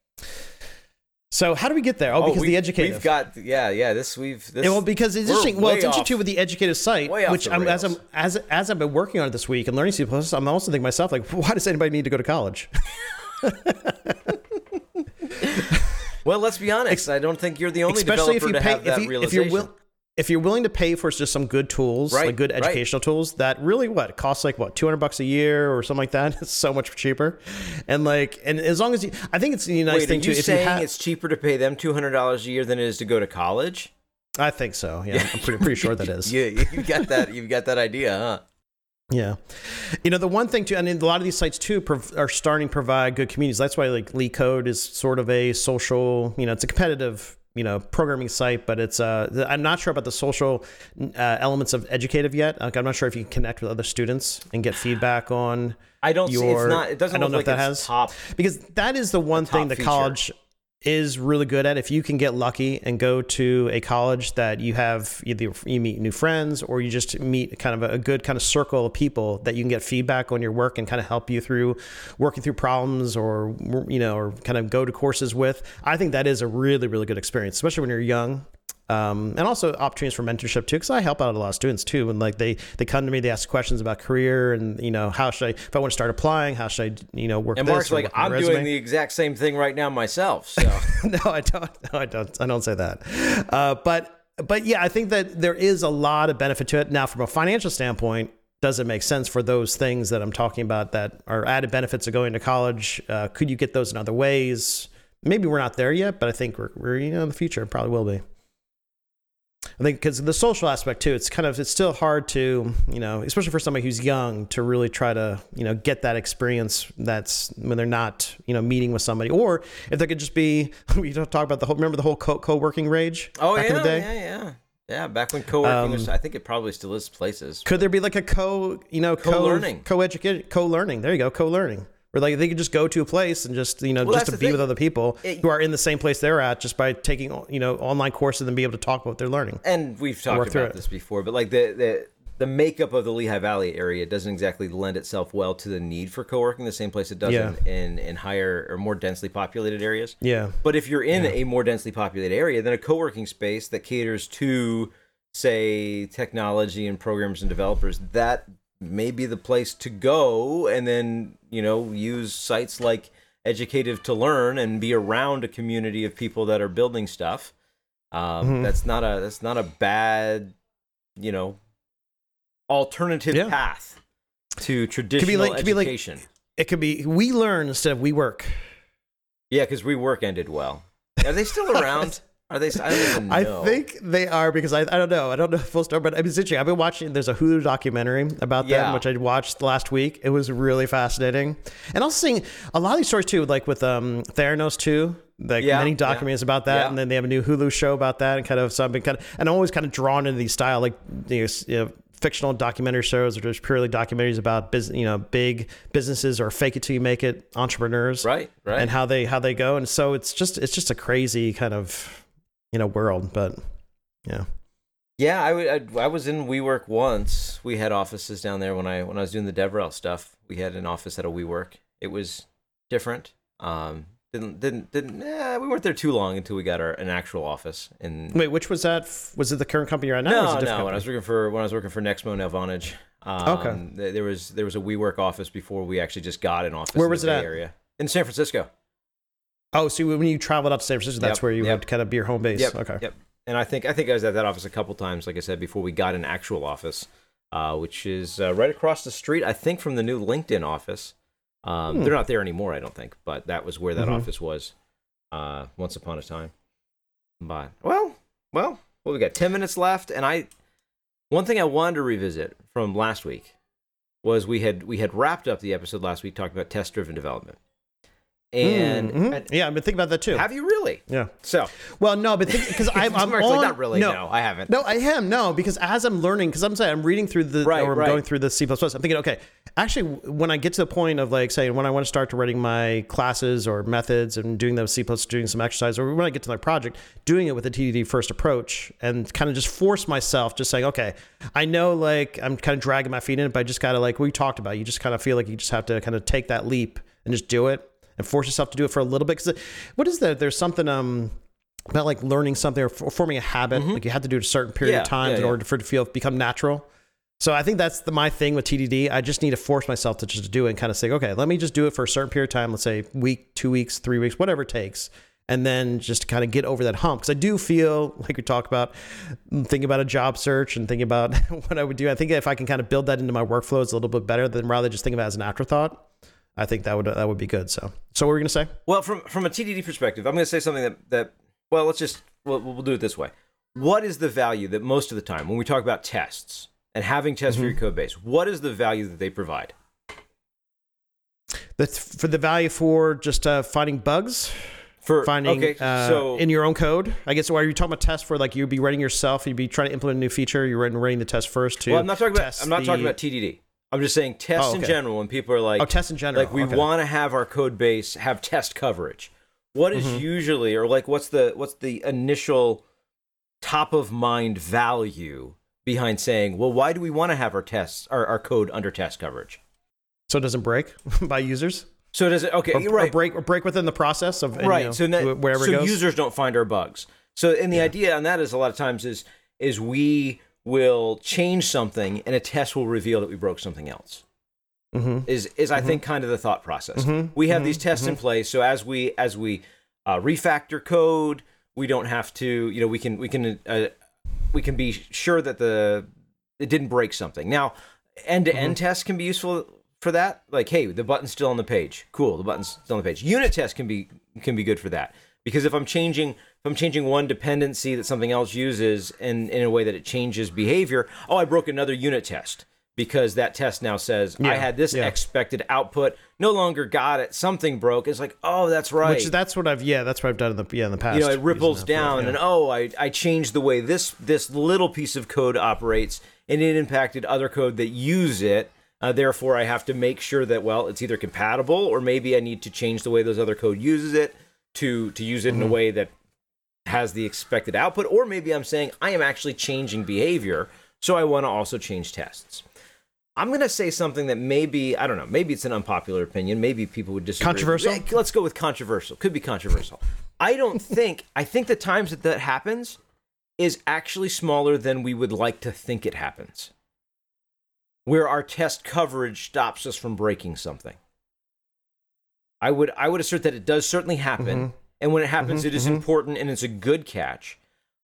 So how do we get there? Oh, oh because we, the educative. We've got yeah, yeah. This we've this. Yeah, well, because it's interesting. Well, it's interesting off, too with the educative site, which I'm, as I'm as as I've been working on it this week and learning C plus plus, I'm also thinking to myself like, why does anybody need to go to college? Well, let's be honest. I don't think you're the only Especially developer if you to pay, have that if you, realization. If you're, will, if you're willing to pay for just some good tools, right, like good educational right. tools that really what costs like what two hundred bucks a year or something like that. It's so much cheaper, and like and as long as you, I think it's a nice Wait, thing are too. you If saying you have, it's cheaper to pay them two hundred dollars a year than it is to go to college? I think so. Yeah, I'm pretty pretty sure that is. Yeah, you got that. You've got that idea, huh? Yeah. You know, the one thing too, and a lot of these sites too prov- are starting to provide good communities. That's why like LeetCode is sort of a social, you know, it's a competitive, you know, programming site, but it's, uh, I'm not sure about the social uh, elements of educative yet. Like, I'm not sure if you can connect with other students and get feedback on I don't your, see, it's not, it doesn't I don't look know like if that it's has, top. because that is the one thing that feature. college is really good at. If you can get lucky and go to a college that you have either you meet new friends or you just meet kind of a good kind of circle of people that you can get feedback on your work and kind of help you through working through problems, or, you know, or kind of go to courses with, I think that is a really, really good experience, especially when you're young. Um, and also opportunities for mentorship too, because I help out a lot of students too. And like they, they come to me, they ask questions about career and, you know, how should I, if I want to start applying, how should I, you know, work and this Mark's like, I'm doing the exact same thing right now myself. So no, I don't. No, I don't. I don't say that. Uh, but, but yeah, I think that there is a lot of benefit to it. Now, from a financial standpoint, does it make sense for those things that I'm talking about that are added benefits of going to college? Uh, could you get those in other ways? Maybe we're not there yet, but I think we're, we're you know, in the future, probably will be. I think because the social aspect too, it's kind of, it's still hard to, you know, especially for somebody who's young, to really try to, you know, get that experience that's when they're not, you know, meeting with somebody, or if they could just be, we don't talk about the whole, remember the whole co- co-working rage oh, back yeah, in the day? yeah, yeah. Yeah, back when co-working Um, was, I think it probably still is places. Could there be like a co, you know, co- Co-learning. co-education, co-learning? There you go, co-learning. Or like they could just go to a place and just, you know, Well, just that's to the be thing. with other people It- who are in the same place they're at just by taking, you know, online courses and be able to talk about what they're learning. And we've work talked through about it. this before, but like the, the the makeup of the Lehigh Valley area doesn't exactly lend itself well to the need for co-working the same place it does Yeah. in, in, in higher or more densely populated areas. Yeah. But if you're in a more densely populated area, then a co-working space that caters to, say, technology and programmers and developers, that may be the place to go, and then, you know, use sites like Educative to learn and be around a community of people that are building stuff. Um, Mm-hmm. That's not a that's not a bad, you know, alternative Yeah. path to traditional like- could be like- education. It could be we learn instead of we work. Yeah, because rework ended well. Are they still around? Are they? I don't even know. I think they are because I, I don't know. I don't know full story, but I mean, it's interesting. I've been watching, there's a Hulu documentary about Yeah. them, which I watched last week. It was really fascinating. And also seeing a lot of these stories too, like with um, Theranos too, like Yeah, many yeah. documentaries about that. Yeah. And then they have a new Hulu show about that and kind of, so I've been kind of, and I'm always kind of drawn into these style, like, you know, s- you know fictional documentary shows or just purely documentaries about business, you know, big businesses or fake it till you make it entrepreneurs. Right, right. And how they, how they go. And so it's just, it's just a crazy kind of, you know, world, but yeah. Yeah, I, would- I, I was in WeWork once. We had offices down there when I when I was doing the DevRel stuff. We had an office at a WeWork. It was different. Um, didn't didn't didn't. Eh, we weren't there too long until we got our an actual office. In Wait, which was that? Was it the current company you're at now? or was it no, a no. different When I was company? working for when I was working for Nexmo Nelvantage. Um, Okay. th- There was there was a WeWork office before we actually just got an office. Where in was the it Bay at? Area in San Francisco. Oh, so when you traveled up to San Francisco, that's Yep, where you yep. would kind of be your home base. Yep. Okay. Yep. And I think I think I was at that office a couple times, like I said, before we got an actual office, uh, which is uh, right across the street, I think, from the new LinkedIn office. Um, Hmm. They're not there anymore, I don't think, but that was where that Mhm. office was uh, once upon a time. But well, well, what we got? Ten minutes left, and I one thing I wanted to revisit from last week was we had we had wrapped up the episode last week talking about test-driven development, and, Mhm. and yeah, I've been thinking about that too. have you really? Yeah. So Well, no, but because I'm, I'm Mark's on, like, not really. No, I haven't. No, I am. No, because as I'm learning, because I'm saying I'm reading through the, Right, or I'm right. going through the C plus plus, I'm thinking, okay, actually, when I get to the point of like saying when I want to start to writing my classes or methods and doing those C plus, doing some exercise, or when I get to my project, doing it with a T D D first approach and kind of just force myself, just saying, okay, I know like I'm kind of dragging my feet in it, but I just gotta like we talked about, you just kind of feel like you just have to kind of take that leap and just do it and force yourself to do it for a little bit. Because what is that? There's something um. about like learning something or f- forming a habit, like you have to do it a certain period Yeah, of time yeah, in yeah. order for it to feel become natural. So I think that's the, my thing with T D D. I just need to force myself to just do it and kind of say, okay, let me just do it for a certain period of time. Let's say week, two weeks, three weeks, whatever it takes. And then just kind of get over that hump. Because I do feel like we talk about thinking about a job search and thinking about what I would do. I think if I can kind of build that into my workflows a little bit better than rather just think of it as an afterthought, I think that would that would be good. So, so what were we gonna say? Well, from from a T D D perspective, I'm going to say something that that well, let's just we'll, we'll do it this way. What is the value that most of the time when we talk about tests and having tests for your code base, what is the value that they provide? That's for the value for just uh, finding bugs. For Finding okay, uh, so in your own code, I guess. Or are you talking about tests for like you'd be writing yourself? You'd be trying to implement a new feature. You're writing, writing the test first to. well, I'm not talking about test I'm not the- talking about T D D. I'm just saying tests Oh, in okay. general. When people are like, Oh, tests in general. like we Okay. want to have our code base have test coverage. What is Mm-hmm. usually, or like, what's the what's the initial top of mind value behind saying, well, why do we want to have our tests, our, our code under test coverage? so it doesn't break by users. So does it? Okay, Or, you're or right. break or break within the process of and, right. You know, so now, wherever so it goes. users don't find our bugs. So, and the idea on that is a lot of times is is we will change something and a test will reveal that we broke something else. Mhm. Is is I think kind of the thought process. We have these tests in place, so as we as we uh, refactor code, we don't have to. You know, we can we can uh, we can be sure that the it didn't break something. Now, end to end tests can be useful for that. Like, hey, the button's still on the page. Cool, the button's still on the page. Unit tests can be can be good for that, because if I'm changing if I'm changing one dependency that something else uses in in a way that it changes behavior, oh, I broke another unit test because that test now says I Yeah, had this yeah. expected output, no longer got it. Something broke. It's like, oh, that's right. Which that's what I've yeah that's what I've done in the yeah in the past. you know, it using ripples that for- down, yeah. and oh, I I changed the way this this little piece of code operates, and it impacted other code that use it. Uh, therefore, I have to make sure that, well, it's either compatible or maybe I need to change the way those other code uses it to, to use it mm-hmm. in a way that has the expected output. Or maybe I'm saying I am actually changing behavior, so I want to also change tests. I'm going to say something that maybe, I don't know, maybe it's an unpopular opinion. Maybe people would disagree. Controversial? Hey, let's go with controversial. Could be controversial. I don't think, I think the times that that happens is actually smaller than we would like to think it happens, where our test coverage stops us from breaking something. I would I would assert that it does certainly happen, mm-hmm. and when it happens, mm-hmm, it is mm-hmm. important and it's a good catch,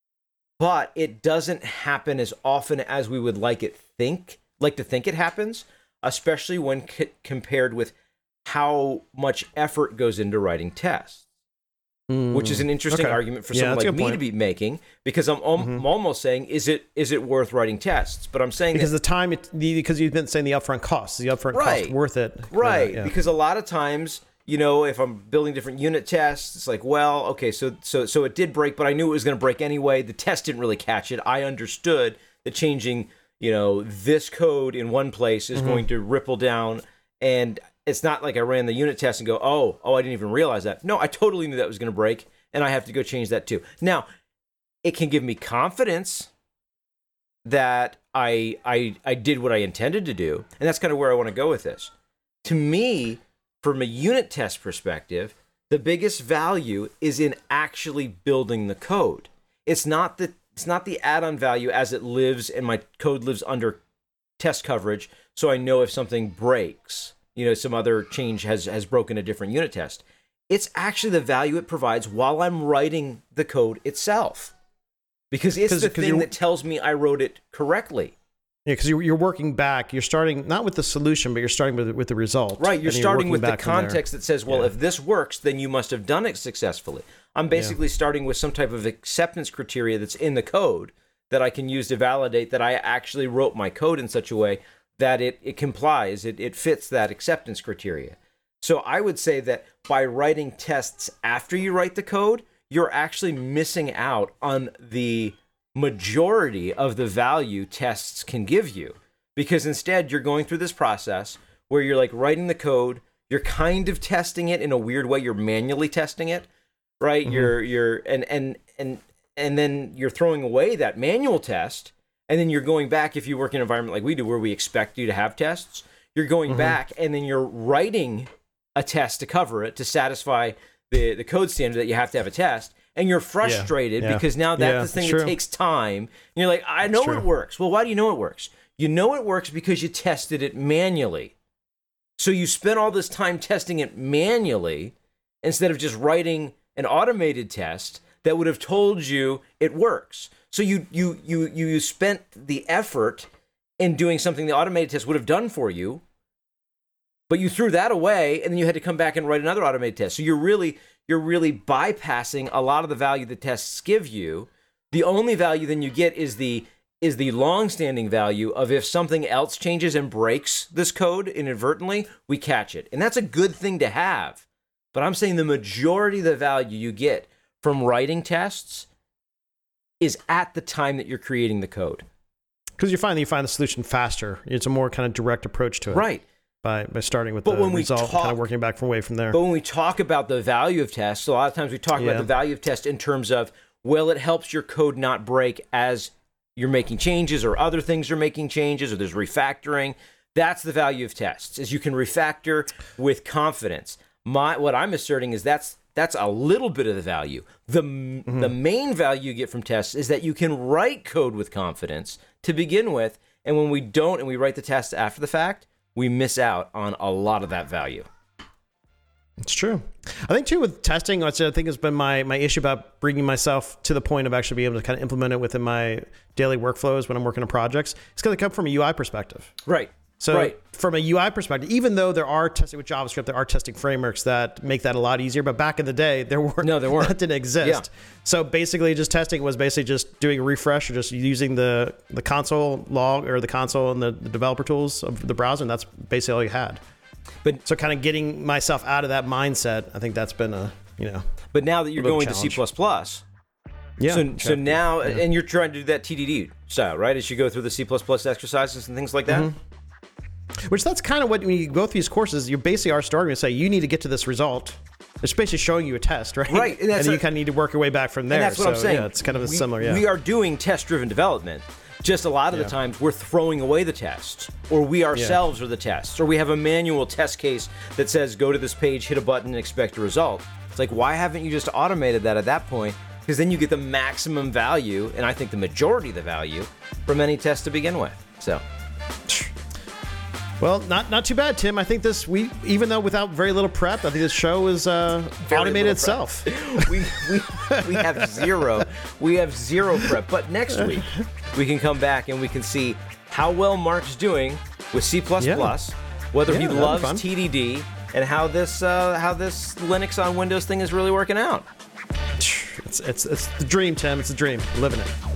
but it doesn't happen as often as we would like it think, like to think it happens, especially when c- compared with how much effort goes into writing tests. Which is an interesting okay. argument for yeah, someone like me point. to be making, because I'm, al- mm-hmm. I'm almost saying, is it is it worth writing tests? But I'm saying because that, the time, it, the, because you've been saying the upfront costs, the upfront right. cost worth it, right? Yeah. Because a lot of times, you know, if I'm building different unit tests, it's like, well, okay, so so so it did break, but I knew it was going to break anyway. The test didn't really catch it. I understood that changing, you know, this code in one place is mm-hmm. going to ripple down, and it's not like I ran the unit test and go, oh, oh, I didn't even realize that. No, I totally knew that was going to break. And I have to go change that too. Now, it can give me confidence that I, I, I did what I intended to do. And that's kind of where I want to go with this. To me, from a unit test perspective, the biggest value is in actually building the code. It's not the, it's not the add-on value as it lives and my code lives under test coverage, so I know if something breaks, you know, some other change has, has broken a different unit test. It's actually the value it provides while I'm writing the code itself. Because it's Cause, the cause thing that tells me I wrote it correctly. Yeah, because you're, you're working back. You're starting not with the solution, but you're starting with, with the result. Right, you're starting you're with the context that says, well, yeah. if this works, then you must have done it successfully. I'm basically yeah. starting with some type of acceptance criteria that's in the code that I can use to validate that I actually wrote my code in such a way that it, it complies, it, it fits that acceptance criteria. So I would say that by writing tests after you write the code, you're actually missing out on the majority of the value tests can give you. Because instead, you're going through this process where you're like writing the code, you're kind of testing it in a weird way, you're manually testing it, right? Mm-hmm. You're you're and and and and then you're throwing away that manual test, and then you're going back, if you work in an environment like we do where we expect you to have tests, you're going mm-hmm. back and then you're writing a test to cover it, to satisfy the, the code standard that you have to have a test, and you're frustrated yeah, yeah. because now that's yeah, the thing that takes time. And you're like, I know it works. Well, why do you know it works? You know it works because you tested it manually. So you spent all this time testing it manually instead of just writing an automated test that would have told you it works. So you you you you spent the effort in doing something the automated test would have done for you, but you threw that away, and then you had to come back and write another automated test. So you're really you're really bypassing a lot of the value the tests give you. The only value then you get is the is the long-standing value of if something else changes and breaks this code inadvertently, we catch it. And that's a good thing to have. But I'm saying the majority of the value you get from writing tests is at the time that you're creating the code. Because you find that you find the solution faster. It's a more kind of direct approach to it. Right. By, by starting with but the when result we talk, and kind of working back from away from there. But when we talk about the value of tests, a lot of times we talk yeah. about the value of tests in terms of, well, it helps your code not break as you're making changes or other things are making changes or there's refactoring. That's the value of tests, is you can refactor with confidence. My What I'm asserting is that's that's a little bit of the value. The, mm-hmm. the main value you get from tests is that you can write code with confidence to begin with, and when we don't and we write the tests after the fact, we miss out on a lot of that value. It's true. I think too with testing, I think has been my my issue about bringing myself to the point of actually being able to kind of implement it within my daily workflows when I'm working on projects. It's going to come from a U I perspective. Right. So right. from a U I perspective, even though there are testing with JavaScript, there are testing frameworks that make that a lot easier. But back in the day, there weren't. No, there weren't. That didn't exist. Yeah. So basically, just testing was basically just doing a refresh or just using the the console log or the console and the, the developer tools of the browser, and that's basically all you had. But so kind of getting myself out of that mindset, I think that's been a, you know. But now that you're going to C plus plus, yeah. So, so now, yeah. and you're trying to do that T D D style, right? As you go through the C plus plus exercises and things like that. Mm-hmm. Which that's kind of what, when you go through these courses, you basically are starting to say, you need to get to this result. It's basically showing you a test, right? Right. And, and then you kind of need to work your way back from there. And that's what so, I'm saying. Yeah, it's kind of a we, similar, yeah. We are doing test-driven development. Just a lot of Yeah. the times we're throwing away the tests, or we ourselves yeah. are the tests, or we have a manual test case that says go to this page, hit a button, and expect a result. It's like, why haven't you just automated that at that point? Because then you get the maximum value, and I think the majority of the value, from any test to begin with. So... Well, not not too bad, Tim. I think this, we even though without very little prep, I think this show is uh, automated itself. we, we we have zero, we have zero prep. But next week, we can come back and we can see how well Mark's doing with C plus plus, whether Yeah, he that'd be loves fun. T D D, and how this uh, how this Linux on Windows thing is really working out. It's, it's, it's the dream, Tim. It's the dream. Living it.